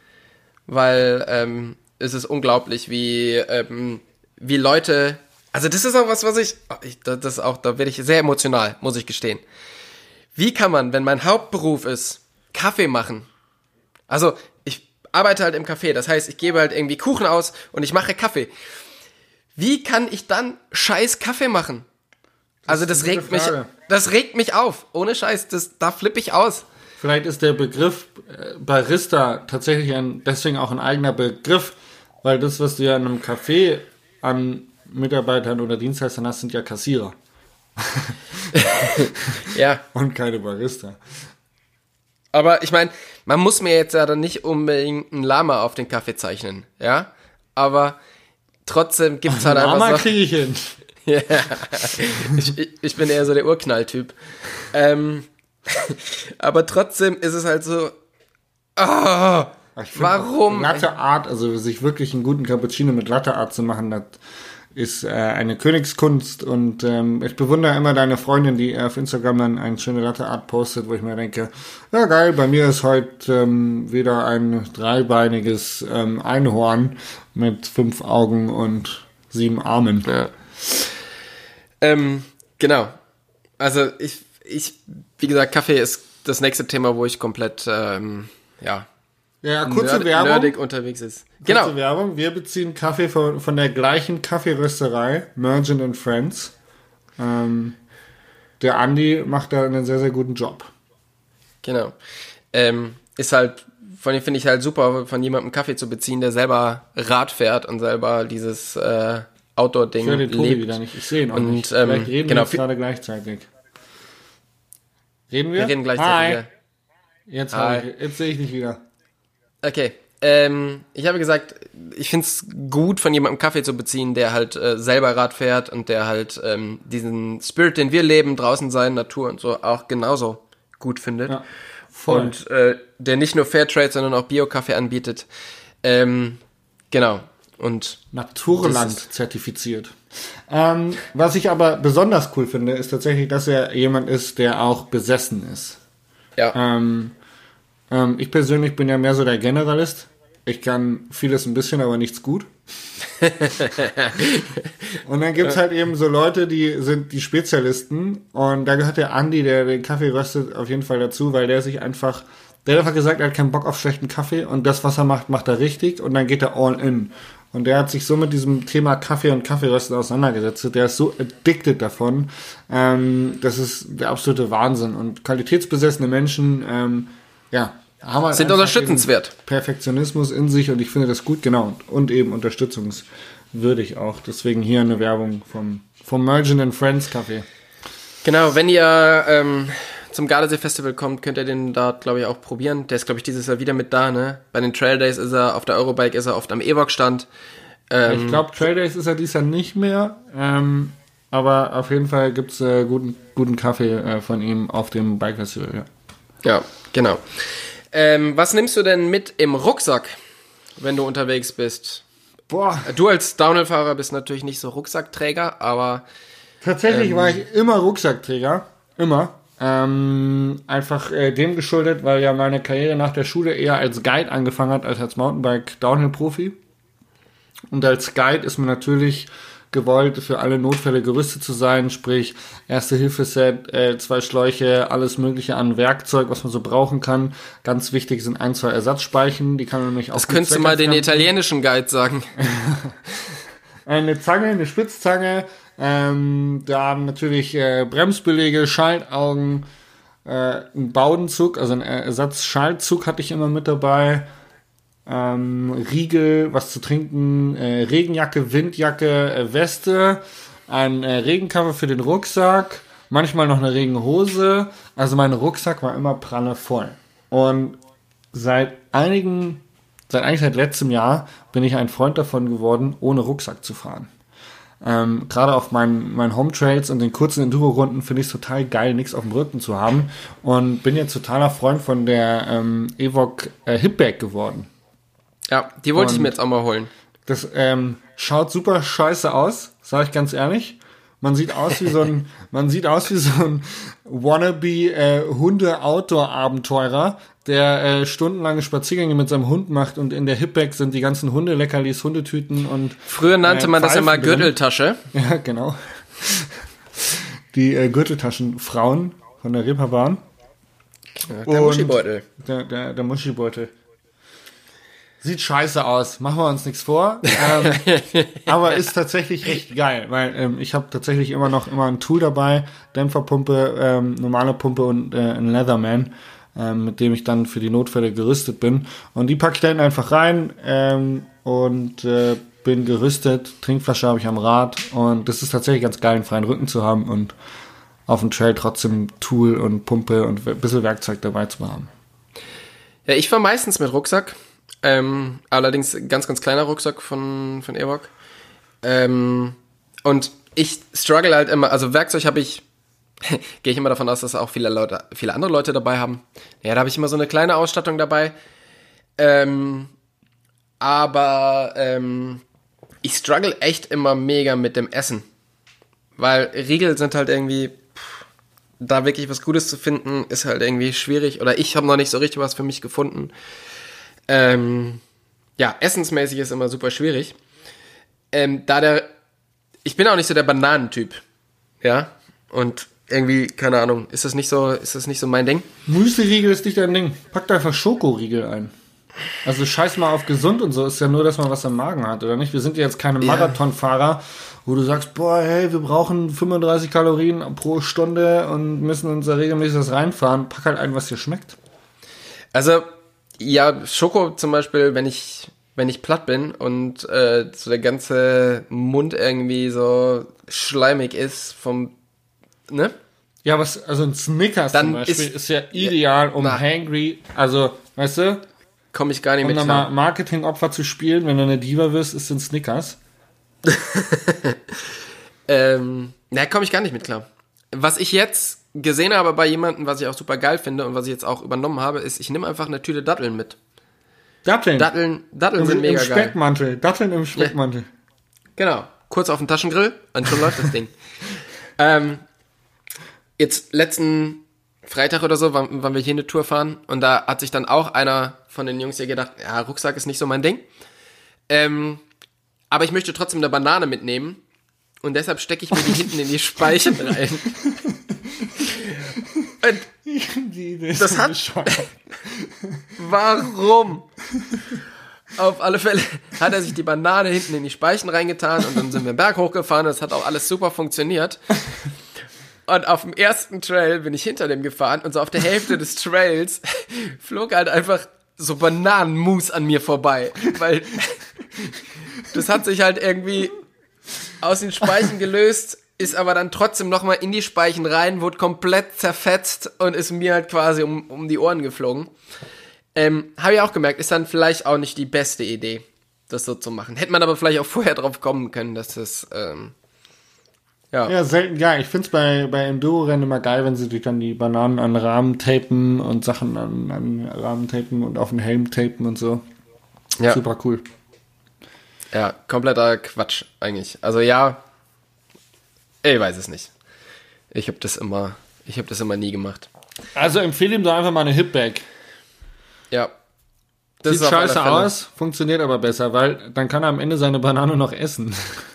Speaker 1: Weil es ist unglaublich, wie Leute, also das ist auch was da werde ich sehr emotional, muss ich gestehen. Wie kann man, wenn mein Hauptberuf ist, Kaffee machen? Also, ich arbeite halt im Café, das heißt, ich gebe halt irgendwie Kuchen aus und ich mache Kaffee. Wie kann ich dann scheiß Kaffee machen? Also, das regt mich auf. Ohne Scheiß, da flippe ich aus.
Speaker 3: Vielleicht ist der Begriff Barista tatsächlich deswegen auch ein eigener Begriff, weil das, was du ja in einem Café an Mitarbeitern oder Dienstleistern hast, sind ja Kassierer.
Speaker 1: Ja.
Speaker 3: Und keine Barista.
Speaker 1: Aber ich meine, man muss mir jetzt ja dann nicht unbedingt ein Lama auf den Kaffee zeichnen, ja? Aber trotzdem gibt's halt einfach
Speaker 3: Lama
Speaker 1: so...
Speaker 3: kriege ich hin.
Speaker 1: Ja, ich bin eher so der Urknall-Typ. Aber trotzdem ist es halt so, Warum?
Speaker 3: Latte Art, also sich wirklich einen guten Cappuccino mit Latte Art zu machen, das ist eine Königskunst und ich bewundere immer deine Freundin, die auf Instagram dann eine schöne Latte Art postet, wo ich mir denke, ja geil, bei mir ist heute wieder ein dreibeiniges Einhorn mit 5 Augen und 7 Armen.
Speaker 1: Ja. Genau. Also ich, wie gesagt, Kaffee ist das nächste Thema, wo ich komplett,
Speaker 3: kurze Werbung.
Speaker 1: Nerdig unterwegs ist. Genau.
Speaker 3: Kurze Werbung. Wir beziehen Kaffee von der gleichen Kaffeerösterei, Merchant and Friends. Der Andi macht da einen sehr, sehr guten Job.
Speaker 1: Genau. Ist halt, von dem finde ich halt super, von jemandem Kaffee zu beziehen, der selber Rad fährt und selber dieses Outdoor-Ding
Speaker 3: Ich höre den Tobi
Speaker 1: lebt.
Speaker 3: wieder nicht. Ich sehe ihn auch
Speaker 1: Und,
Speaker 3: nicht. Vielleicht reden wir
Speaker 1: genau.
Speaker 3: jetzt gerade gleichzeitig. Reden wir?
Speaker 1: Wir reden gleichzeitig.
Speaker 3: Hi. Jetzt,
Speaker 1: Hi.
Speaker 3: jetzt sehe ich dich wieder.
Speaker 1: Okay. Ich habe gesagt, ich finde es gut, von jemandem Kaffee zu beziehen, der halt selber Rad fährt und der halt diesen Spirit, den wir leben, draußen sein, Natur und so, auch genauso gut findet.
Speaker 3: Ja, voll.
Speaker 1: Und der nicht nur Fairtrade, sondern auch Bio-Kaffee anbietet. Genau. Und
Speaker 3: Naturland zertifiziert. Was ich aber besonders cool finde, ist tatsächlich, dass er jemand ist, der auch besessen ist.
Speaker 1: ja,
Speaker 3: Ich persönlich bin ja mehr so der Generalist. Ich kann vieles ein bisschen, aber nichts gut. Und dann gibt's halt eben so Leute, die sind die Spezialisten. Und da gehört der Andi, der den Kaffee röstet, auf jeden Fall dazu, weil der hat einfach gesagt, er hat keinen Bock auf schlechten Kaffee und das, was er macht, macht er richtig und dann geht er all in. Und der hat sich so mit diesem Thema Kaffee und Kaffeerösten auseinandergesetzt. Der ist so addicted davon. Das ist der absolute Wahnsinn. Und qualitätsbesessene Menschen, haben halt
Speaker 1: sind
Speaker 3: einfach
Speaker 1: unterstützenswert.
Speaker 3: diesen Perfektionismus in sich und ich finde das gut, genau. Und eben unterstützungswürdig auch. Deswegen hier eine Werbung vom Merchant and Friends Kaffee.
Speaker 1: Genau, wenn ihr zum Gardasee Festival kommt, könnt ihr den da, glaube ich, auch probieren. Der ist, glaube ich, dieses Jahr wieder mit da, ne? Bei den Trail Days ist er, auf der Eurobike ist er oft am Ewok-Stand.
Speaker 3: Ich glaube, Trail Days ist er dieses Jahr nicht mehr, aber auf jeden Fall gibt's guten Kaffee von ihm auf dem Bike Festival, ja.
Speaker 1: Ja, genau. Was nimmst du denn mit im Rucksack, wenn du unterwegs bist?
Speaker 3: Boah,
Speaker 1: Du als Downhill-Fahrer bist natürlich nicht so Rucksackträger, aber
Speaker 3: tatsächlich war ich immer Rucksackträger, immer. Einfach dem geschuldet, weil ja meine Karriere nach der Schule eher als Guide angefangen hat, als Mountainbike-Downhill-Profi. Und als Guide ist man natürlich gewollt, für alle Notfälle gerüstet zu sein, sprich Erste-Hilfe-Set, 2 Schläuche, alles mögliche an Werkzeug, was man so brauchen kann. Ganz wichtig sind 1, 2 Ersatzspeichen, die kann man nämlich auch...
Speaker 1: das könntest du mal den italienischen Guide sagen.
Speaker 3: Eine Zange, eine Spitzzange, dann natürlich Bremsbeläge, Schaltaugen, ein Bowdenzug, also ein Ersatzschaltzug hatte ich immer mit dabei, Riegel, was zu trinken, Regenjacke, Windjacke, Weste, ein Regencover für den Rucksack, manchmal noch eine Regenhose. Also mein Rucksack war immer prallevoll. Und seit letztem Jahr bin ich ein Freund davon geworden, ohne Rucksack zu fahren. Gerade auf meinen Home-Trails und den kurzen Enduro-Runden finde ich es total geil, nichts auf dem Rücken zu haben. Und bin jetzt totaler Freund von der Evoc Hipbag geworden.
Speaker 1: Ja, die wollte ich mir jetzt auch mal holen.
Speaker 3: Das schaut super scheiße aus, sage ich ganz ehrlich. Man sieht aus wie so ein wannabe Hunde-Outdoor-Abenteurer, der stundenlange Spaziergänge mit seinem Hund macht und in der Hipbag sind die ganzen Hundeleckerlis, Hundetüten und
Speaker 1: früher nannte man das ja mal Gürteltasche.
Speaker 3: Ja, genau. Die Gürteltaschenfrauen von der Reeperbahn.
Speaker 1: Ja, der Muschibeutel.
Speaker 3: Der Muschibeutel. Sieht scheiße aus, machen wir uns nichts vor, aber ist tatsächlich echt geil, weil ich habe tatsächlich immer ein Tool dabei, Dämpferpumpe, normale Pumpe und ein Leatherman, mit dem ich dann für die Notfälle gerüstet bin und die packe ich dann einfach rein und bin gerüstet, Trinkflasche habe ich am Rad und das ist tatsächlich ganz geil, einen freien Rücken zu haben und auf dem Trail trotzdem Tool und Pumpe und ein bisschen Werkzeug dabei zu haben.
Speaker 1: Ja, ich fahre meistens mit Rucksack. Allerdings ganz, ganz kleiner Rucksack von Evoc. Und ich struggle halt immer, also Werkzeug habe ich, gehe ich immer davon aus, dass auch viele andere Leute dabei haben. Ja, da habe ich immer so eine kleine Ausstattung dabei. Aber ich struggle echt immer mega mit dem Essen. Weil Riegel sind halt irgendwie, da wirklich was Gutes zu finden, ist halt irgendwie schwierig. Oder ich habe noch nicht so richtig was für mich gefunden. Essensmäßig ist immer super schwierig. Ich bin auch nicht so der Bananentyp. Ja. Und irgendwie, keine Ahnung, ist das nicht so mein Ding?
Speaker 3: Müsli-Riegel ist nicht dein Ding. Pack da einfach Schokoriegel ein. Also scheiß mal auf gesund und so, ist ja nur, dass man was im Magen hat, oder nicht? Wir sind ja jetzt keine Marathonfahrer, wo du sagst, boah, hey, wir brauchen 35 Kalorien pro Stunde und müssen uns da regelmäßig das reinfahren. Pack halt ein, was dir schmeckt.
Speaker 1: Also, ja, Schoko zum Beispiel, wenn ich platt bin und so der ganze Mund irgendwie so schleimig ist ne?
Speaker 3: Ja, also ein Snickers
Speaker 1: dann
Speaker 3: zum Beispiel ist ja ideal, um hangry, also, weißt du,
Speaker 1: komme ich gar nicht mit klar.
Speaker 3: Um nochmal Marketingopfer zu spielen, wenn du eine Diva wirst, ist ein Snickers.
Speaker 1: Komme ich gar nicht mit klar. Was ich jetzt gesehen habe bei jemandem, was ich auch super geil finde und was ich jetzt auch übernommen habe, ist, ich nehme einfach eine Tüte Datteln mit.
Speaker 3: Datteln
Speaker 1: sind mega
Speaker 3: im Speckmantel. Geil. Datteln im Speckmantel.
Speaker 1: Ja. Genau. Kurz auf den Taschengrill und schon läuft das Ding. Jetzt letzten Freitag oder so waren wir hier eine Tour fahren und da hat sich dann auch einer von den Jungs hier gedacht, ja, Rucksack ist nicht so mein Ding. Aber ich möchte trotzdem eine Banane mitnehmen und deshalb stecke ich mir die hinten in die Speichen rein. Und das hat... Warum? Auf alle Fälle hat er sich die Banane hinten in die Speichen reingetan und dann sind wir den Berg hochgefahren. Das hat auch alles super funktioniert. Und auf dem ersten Trail bin ich hinter dem gefahren und so auf der Hälfte des Trails flog halt einfach so Bananenmus an mir vorbei. Weil das hat sich halt irgendwie aus den Speichen gelöst, ist aber dann trotzdem nochmal in die Speichen rein, wurde komplett zerfetzt und ist mir halt quasi um die Ohren geflogen. Habe ich auch gemerkt, ist dann vielleicht auch nicht die beste Idee, das so zu machen. Hätte man aber vielleicht auch vorher drauf kommen können, dass das... Ja,
Speaker 3: selten geil. Ich find's bei Enduro-Rennen immer geil, wenn sie sich dann die Bananen an Rahmen tapen und Sachen an Rahmen tapen und auf den Helm tapen und so. Ja. Super cool.
Speaker 1: Ja, kompletter Quatsch eigentlich. Also ja, ich weiß es nicht. Ich habe das immer nie gemacht.
Speaker 3: Also empfehle ihm doch einfach mal eine Hipbag.
Speaker 1: Ja.
Speaker 3: Das sieht scheiße aus, funktioniert aber besser, weil dann kann er am Ende seine Banane noch essen.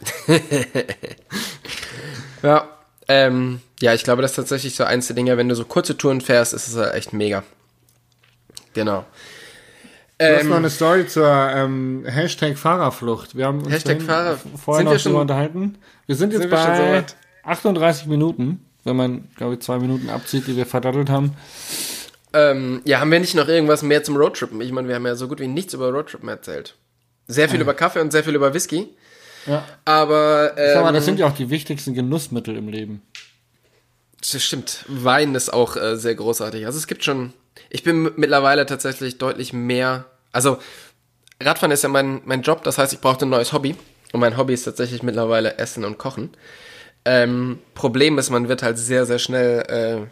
Speaker 1: Ja, ich glaube, das ist tatsächlich so eins der Dinge, wenn du so kurze Touren fährst, ist es halt echt mega. Genau.
Speaker 3: Du hast noch eine Story zur Hashtag Fahrerflucht. Wir haben uns vorher noch drüber unterhalten. Wir sind jetzt bei 38 Minuten, wenn man, glaube ich, 2 Minuten abzieht, die wir verdattelt haben.
Speaker 1: Haben wir nicht noch irgendwas mehr zum Roadtrippen? Ich meine, wir haben ja so gut wie nichts über Roadtrippen erzählt. Sehr viel über Kaffee und sehr viel über Whisky.
Speaker 3: Ja.
Speaker 1: Aber
Speaker 3: das sind ja auch die wichtigsten Genussmittel im Leben.
Speaker 1: Das stimmt. Wein ist auch sehr großartig. Also es gibt schon... Ich bin mittlerweile tatsächlich deutlich mehr... Also Radfahren ist ja mein Job, das heißt, ich brauchte ein neues Hobby. Und mein Hobby ist tatsächlich mittlerweile Essen und Kochen. Problem ist, man wird halt sehr, sehr schnell...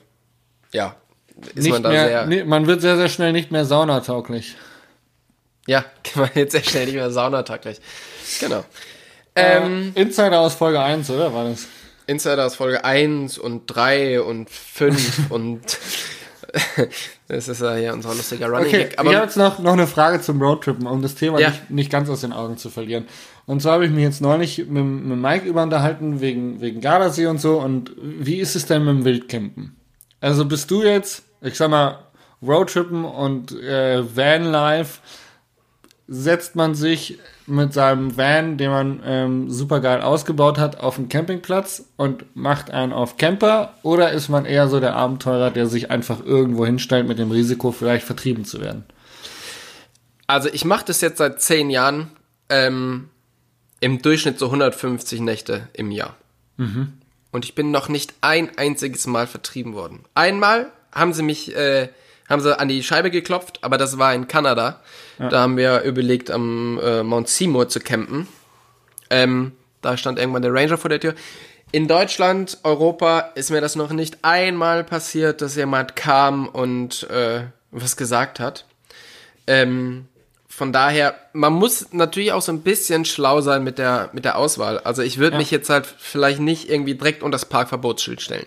Speaker 3: man wird sehr, sehr schnell nicht mehr saunatauglich.
Speaker 1: Ja, man wird sehr schnell nicht mehr saunatauglich. Genau.
Speaker 3: Insider aus Folge 1, oder war das?
Speaker 1: Insider aus Folge 1 und 3 und 5 und das ist ja hier unser lustiger Running Gag.
Speaker 3: Aber ich habe jetzt noch eine Frage zum Roadtrippen, um das Thema nicht ganz aus den Augen zu verlieren. Und zwar habe ich mich jetzt neulich mit Mike unterhalten, wegen Gardasee und so. Und wie ist es denn mit dem Wildcampen? Also bist du jetzt, ich sag mal, Roadtrippen und Vanlife, setzt man sich mit seinem Van, den man super geil ausgebaut hat, auf den Campingplatz und macht einen auf Camper? Oder ist man eher so der Abenteurer, der sich einfach irgendwo hinstellt mit dem Risiko, vielleicht vertrieben zu werden?
Speaker 1: Also ich mache das jetzt seit 10 Jahren, im Durchschnitt so 150 Nächte im Jahr. Mhm. Und ich bin noch nicht ein einziges Mal vertrieben worden. Einmal haben sie an die Scheibe geklopft, aber das war in Kanada. Ja. Da haben wir überlegt, am Mount Seymour zu campen. Da stand irgendwann der Ranger vor der Tür. In Deutschland, Europa ist mir das noch nicht einmal passiert, dass jemand kam und was gesagt hat. von daher, man muss natürlich auch so ein bisschen schlau sein mit der Auswahl. Also ich würde mich jetzt halt vielleicht nicht irgendwie direkt unter das Parkverbotsschild stellen.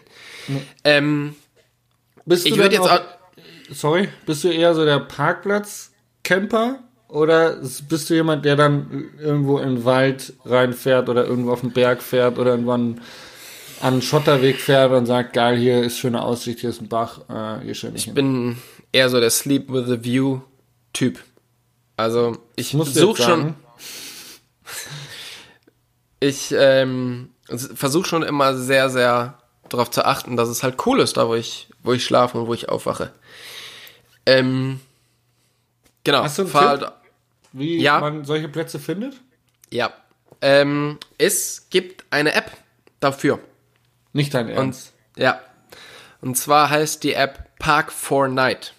Speaker 3: Bist du eher so der Parkplatz-Camper oder bist du jemand, der dann irgendwo in den Wald reinfährt oder irgendwo auf den Berg fährt oder irgendwann an einen Schotterweg fährt und sagt, geil, hier ist schöne Aussicht, hier ist ein Bach, hier schön nicht hin.
Speaker 1: Ich bin eher so der Sleep with a View Typ. Also ich suche schon. Ich versuche schon immer sehr, sehr darauf zu achten, dass es halt cool ist, da wo ich schlafe und wo ich aufwache. Genau.
Speaker 3: Hast du einen Tipp, wie man solche Plätze findet?
Speaker 1: Ja. Es gibt eine App dafür.
Speaker 3: Nicht dein Ernst?
Speaker 1: Und zwar heißt die App Park4Night.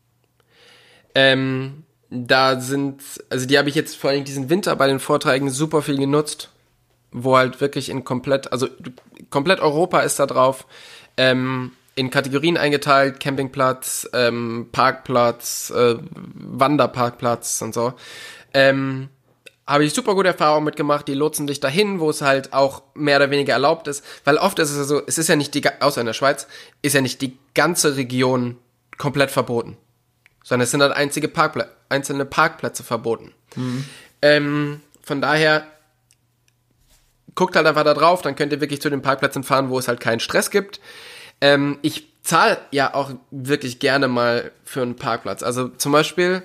Speaker 1: Die habe ich jetzt vor allem diesen Winter bei den Vorträgen super viel genutzt, wo halt wirklich komplett Europa ist da drauf, in Kategorien eingeteilt, Campingplatz, Parkplatz, Wanderparkplatz und so. Habe ich super gute Erfahrungen mitgemacht, die lotsen dich dahin, wo es halt auch mehr oder weniger erlaubt ist, weil oft ist es ja so, es ist ja nicht außer in der Schweiz, ist ja nicht die ganze Region komplett verboten, sondern es sind halt einzelne Parkplätze verboten. Von daher, guckt halt einfach da drauf, dann könnt ihr wirklich zu den Parkplätzen fahren, wo es halt keinen Stress gibt. Ich zahle ja auch wirklich gerne mal für einen Parkplatz. Also zum Beispiel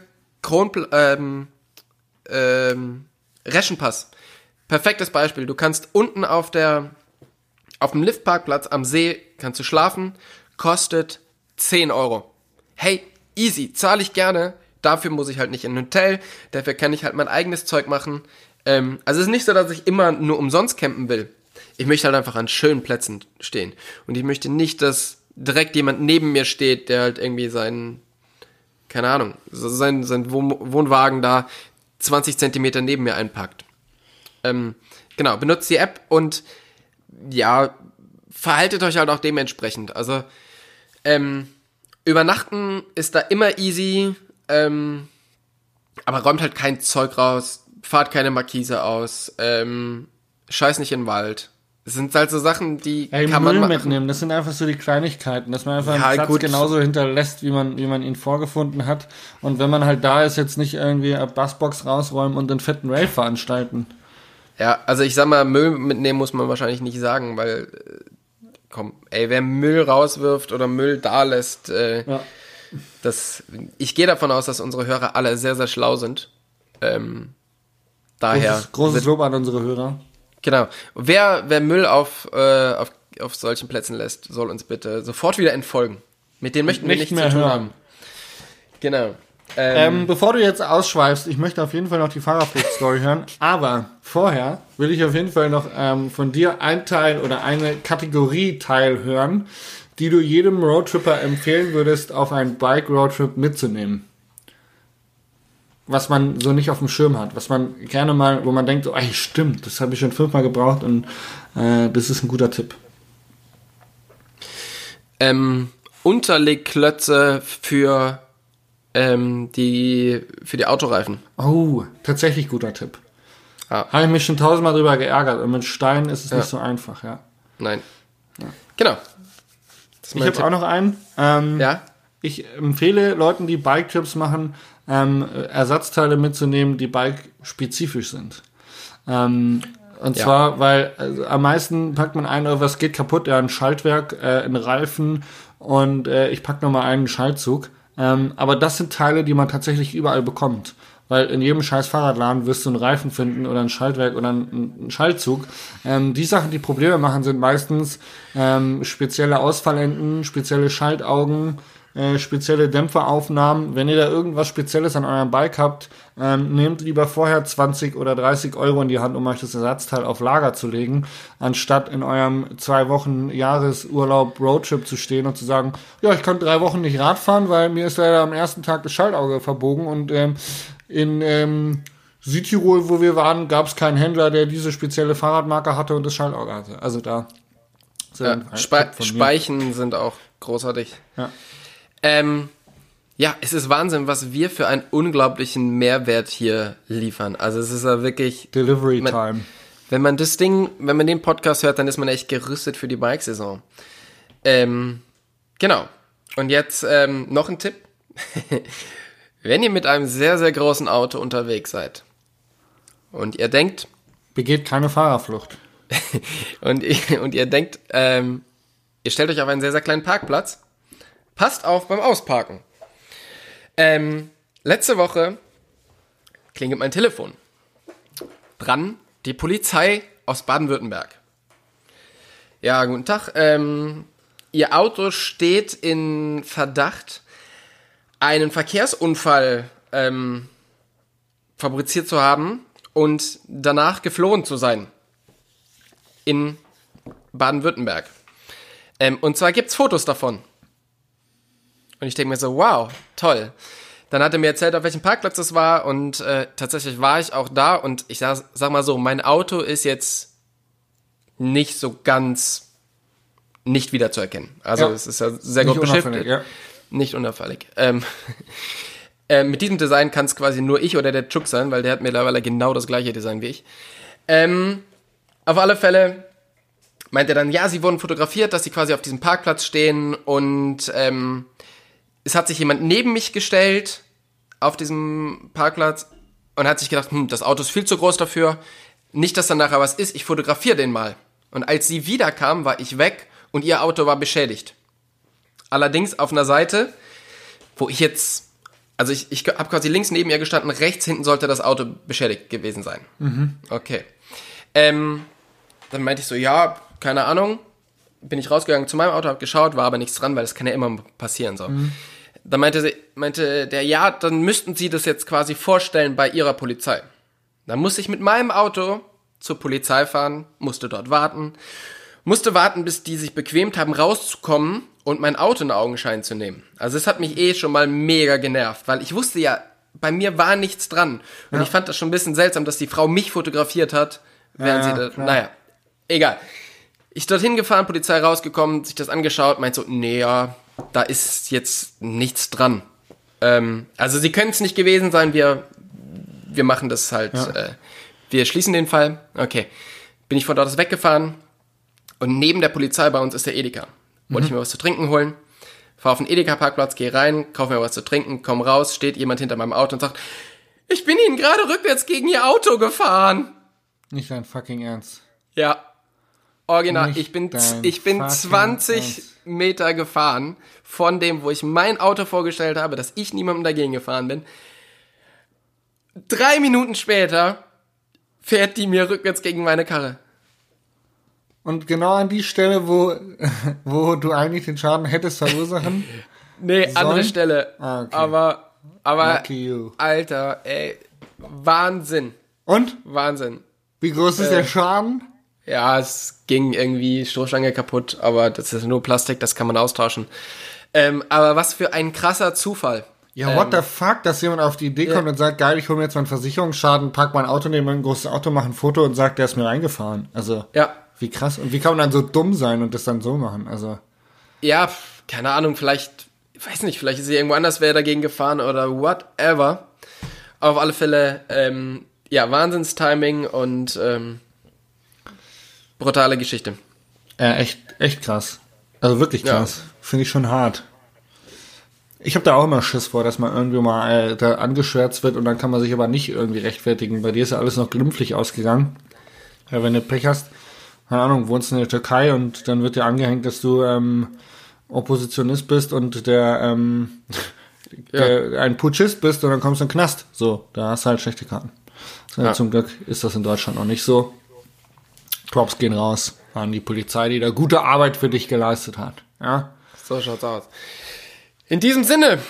Speaker 1: Reschenpass. Perfektes Beispiel. Du kannst unten auf dem Liftparkplatz am See kannst du schlafen, kostet 10 Euro. Hey, easy, zahle ich gerne. Dafür muss ich halt nicht in ein Hotel. Dafür kann ich halt mein eigenes Zeug machen. Also es ist nicht so, dass ich immer nur umsonst campen will. Ich möchte halt einfach an schönen Plätzen stehen. Und ich möchte nicht, dass direkt jemand neben mir steht, der halt irgendwie seinen Wohnwagen da 20 Zentimeter neben mir einpackt. Genau, benutzt die App und ja, verhaltet euch halt auch dementsprechend. Also, übernachten ist da immer easy, aber räumt halt kein Zeug raus, fahrt keine Markise aus, scheiß nicht in den Wald. Das sind halt so Sachen, die kann man
Speaker 3: mitnehmen. Das sind einfach so die Kleinigkeiten, dass man einfach einen Platz genauso hinterlässt, wie man ihn vorgefunden hat. Und wenn man halt da ist, jetzt nicht irgendwie eine Bassbox rausräumen und einen fetten Rave veranstalten.
Speaker 1: Ja, also ich sag mal, Müll mitnehmen muss man wahrscheinlich nicht sagen, weil, wer Müll rauswirft oder Müll da lässt, ich gehe davon aus, dass unsere Hörer alle sehr, sehr schlau sind. Daher.
Speaker 3: Großes Lob an unsere Hörer.
Speaker 1: Genau. Wer Müll auf solchen Plätzen lässt, soll uns bitte sofort wieder entfolgen. Mit denen möchten wir nichts mehr zu tun haben. Genau.
Speaker 3: Bevor du jetzt ausschweifst, ich möchte auf jeden Fall noch die Fahrerflucht-Story hören, aber vorher will ich auf jeden Fall noch von dir ein Teil oder eine Kategorie-Teil hören, die du jedem Roadtripper empfehlen würdest, auf einen Bike-Roadtrip mitzunehmen. Was man so nicht auf dem Schirm hat, was man gerne mal, wo man denkt, so, ey, stimmt, das habe ich schon 5-mal gebraucht und das ist ein guter Tipp.
Speaker 1: Unterlegklötze für die Autoreifen.
Speaker 3: Oh, tatsächlich guter Tipp. Habe ich mich schon 1000-mal drüber geärgert und mit Steinen ist es nicht so einfach, ja.
Speaker 1: Nein. Ja. Genau.
Speaker 3: Ich habe auch noch einen. Ich empfehle Leuten, die Bike-Trips machen, Ersatzteile mitzunehmen, die bike-spezifisch sind. Und zwar, weil am meisten packt man ein, was geht kaputt, ein Schaltwerk, ein Reifen und ich pack nochmal einen Schaltzug. Aber das sind Teile, die man tatsächlich überall bekommt. Weil in jedem scheiß Fahrradladen wirst du einen Reifen finden oder ein Schaltwerk oder einen Schaltzug. Die Sachen, die Probleme machen, sind meistens spezielle Ausfallenden, spezielle Schaltaugen, spezielle Dämpferaufnahmen. Wenn ihr da irgendwas Spezielles an eurem Bike habt, nehmt lieber vorher 20 oder 30 Euro in die Hand, um euch das Ersatzteil auf Lager zu legen, anstatt in eurem 2 Wochen Jahresurlaub Roadtrip zu stehen und zu sagen, ja, ich kann 3 Wochen nicht Rad fahren, weil mir ist leider am ersten Tag das Schaltauge verbogen und in Südtirol, wo wir waren, gab es keinen Händler, der diese spezielle Fahrradmarke hatte und das Schaltauge hatte. Also da
Speaker 1: Speichen sind auch großartig.
Speaker 3: Ja.
Speaker 1: Ja, es ist Wahnsinn, was wir für einen unglaublichen Mehrwert hier liefern. Also es ist ja wirklich...
Speaker 3: Delivery Time.
Speaker 1: Wenn man den Podcast hört, dann ist man echt gerüstet für die Bikesaison. Genau. Und jetzt noch ein Tipp. Wenn ihr mit einem sehr, sehr großen Auto unterwegs seid und ihr denkt...
Speaker 3: Begeht keine Fahrerflucht.
Speaker 1: und ihr denkt, ihr stellt euch auf einen sehr, sehr kleinen Parkplatz. Passt auf beim Ausparken. Letzte Woche klingelt mein Telefon. Dran die Polizei aus Baden-Württemberg. Ja, guten Tag. Ihr Auto steht in Verdacht, einen Verkehrsunfall fabriziert zu haben und danach geflohen zu sein. In Baden-Württemberg. Und zwar gibt's Fotos davon. Und ich denke mir so, wow, toll. Dann hat er mir erzählt, auf welchem Parkplatz das war und tatsächlich war ich auch da und ich sag mal so, mein Auto ist jetzt nicht so ganz nicht wiederzuerkennen. Also es ist ja sehr gut beschriftet. Ja. Nicht unauffällig. Mit diesem Design kann es quasi nur ich oder der Chuk sein, weil der hat mittlerweile genau das gleiche Design wie ich. Auf alle Fälle meint er dann, ja, sie wurden fotografiert, dass sie quasi auf diesem Parkplatz stehen und es hat sich jemand neben mich gestellt auf diesem Parkplatz und hat sich gedacht, das Auto ist viel zu groß dafür, nicht, dass da nachher was ist, ich fotografiere den mal. Und als sie wiederkam, war ich weg und ihr Auto war beschädigt. Allerdings auf einer Seite, wo ich jetzt, also ich habe quasi links neben ihr gestanden, rechts hinten sollte das Auto beschädigt gewesen sein. Mhm. Okay. Dann meinte ich so, ja, keine Ahnung, bin ich rausgegangen zu meinem Auto, habe geschaut, war aber nichts dran, weil das kann ja immer passieren. So. Mhm. Dann meinte der, ja, dann müssten Sie das jetzt quasi vorstellen bei Ihrer Polizei. Dann musste ich mit meinem Auto zur Polizei fahren, musste dort warten, bis die sich bequemt haben, rauszukommen und mein Auto in Augenschein zu nehmen. Also es hat mich schon mal mega genervt, weil ich wusste ja, bei mir war nichts dran. Und ich fand das schon ein bisschen seltsam, dass die Frau mich fotografiert hat, während sie da, naja, egal. Ich dorthin gefahren, Polizei rausgekommen, sich das angeschaut, meint so, nee, ja, da ist jetzt nichts dran. Also sie können es nicht gewesen sein, wir machen das halt, wir schließen den Fall. Okay, bin ich von dort aus weggefahren und neben der Polizei bei uns ist der Edeka. Wollte ich mir was zu trinken holen, fahre auf den Edeka-Parkplatz, gehe rein, kaufe mir was zu trinken, komm raus, steht jemand hinter meinem Auto und sagt, ich bin Ihnen gerade rückwärts gegen Ihr Auto gefahren.
Speaker 3: Nicht dein fucking Ernst.
Speaker 1: Ja. Original, ich bin 20 Meter gefahren von dem, wo ich mein Auto vorgestellt habe, dass ich niemandem dagegen gefahren bin. 3 Minuten später fährt die mir rückwärts gegen meine Karre.
Speaker 3: Und genau an die Stelle, wo du eigentlich den Schaden hättest verursachen
Speaker 1: Nee,
Speaker 3: sollen?
Speaker 1: andere Stelle.
Speaker 3: Ah, okay.
Speaker 1: Aber Alter, ey, Wahnsinn.
Speaker 3: Und?
Speaker 1: Wahnsinn.
Speaker 3: Wie groß ist der Schaden?
Speaker 1: Ja, es ging irgendwie Stoßstange kaputt, aber das ist nur Plastik, das kann man austauschen. Aber was für ein krasser Zufall.
Speaker 3: Ja, what the fuck, dass jemand auf die Idee kommt und sagt, geil, ich hole mir jetzt mal einen Versicherungsschaden, pack mein Auto neben ein großes Auto, mach ein Foto und sagt, der ist mir reingefahren. Also, wie krass. Und wie kann man dann so dumm sein und das dann so machen? Also.
Speaker 1: Ja, keine Ahnung, vielleicht ist sie irgendwo anders, wäre dagegen gefahren oder whatever. Auf alle Fälle, Wahnsinnstiming und brutale Geschichte.
Speaker 3: Ja, echt krass. Also wirklich krass. Ja. Finde ich schon hart. Ich habe da auch immer Schiss vor, dass man irgendwie mal da angeschwärzt wird und dann kann man sich aber nicht irgendwie rechtfertigen. Bei dir ist ja alles noch glimpflich ausgegangen. Ja, wenn du Pech hast, keine Ahnung, wohnst in der Türkei und dann wird dir angehängt, dass du Oppositionist bist und der ein Putschist bist und dann kommst du in den Knast. So, da hast du halt schlechte Karten. Zum Glück ist das in Deutschland noch nicht so. Props gehen raus an die Polizei, die da gute Arbeit für dich geleistet hat. Ja?
Speaker 1: So schaut's aus. In diesem Sinne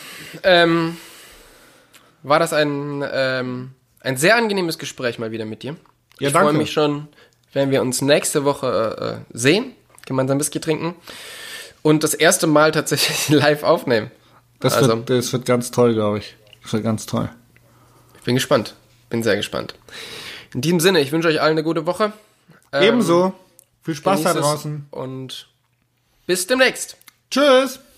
Speaker 1: war das ein sehr angenehmes Gespräch mal wieder mit dir.
Speaker 3: Ja,
Speaker 1: ich freue mich schon, wenn wir uns nächste Woche sehen, gemeinsam Whisky trinken und das erste Mal tatsächlich live aufnehmen.
Speaker 3: Das wird ganz toll, glaube ich. Das wird ganz toll.
Speaker 1: Ich bin gespannt. Bin sehr gespannt. In diesem Sinne, ich wünsche euch allen eine gute Woche.
Speaker 3: Ebenso. Viel Spaß da draußen.
Speaker 1: Und bis demnächst.
Speaker 3: Tschüss.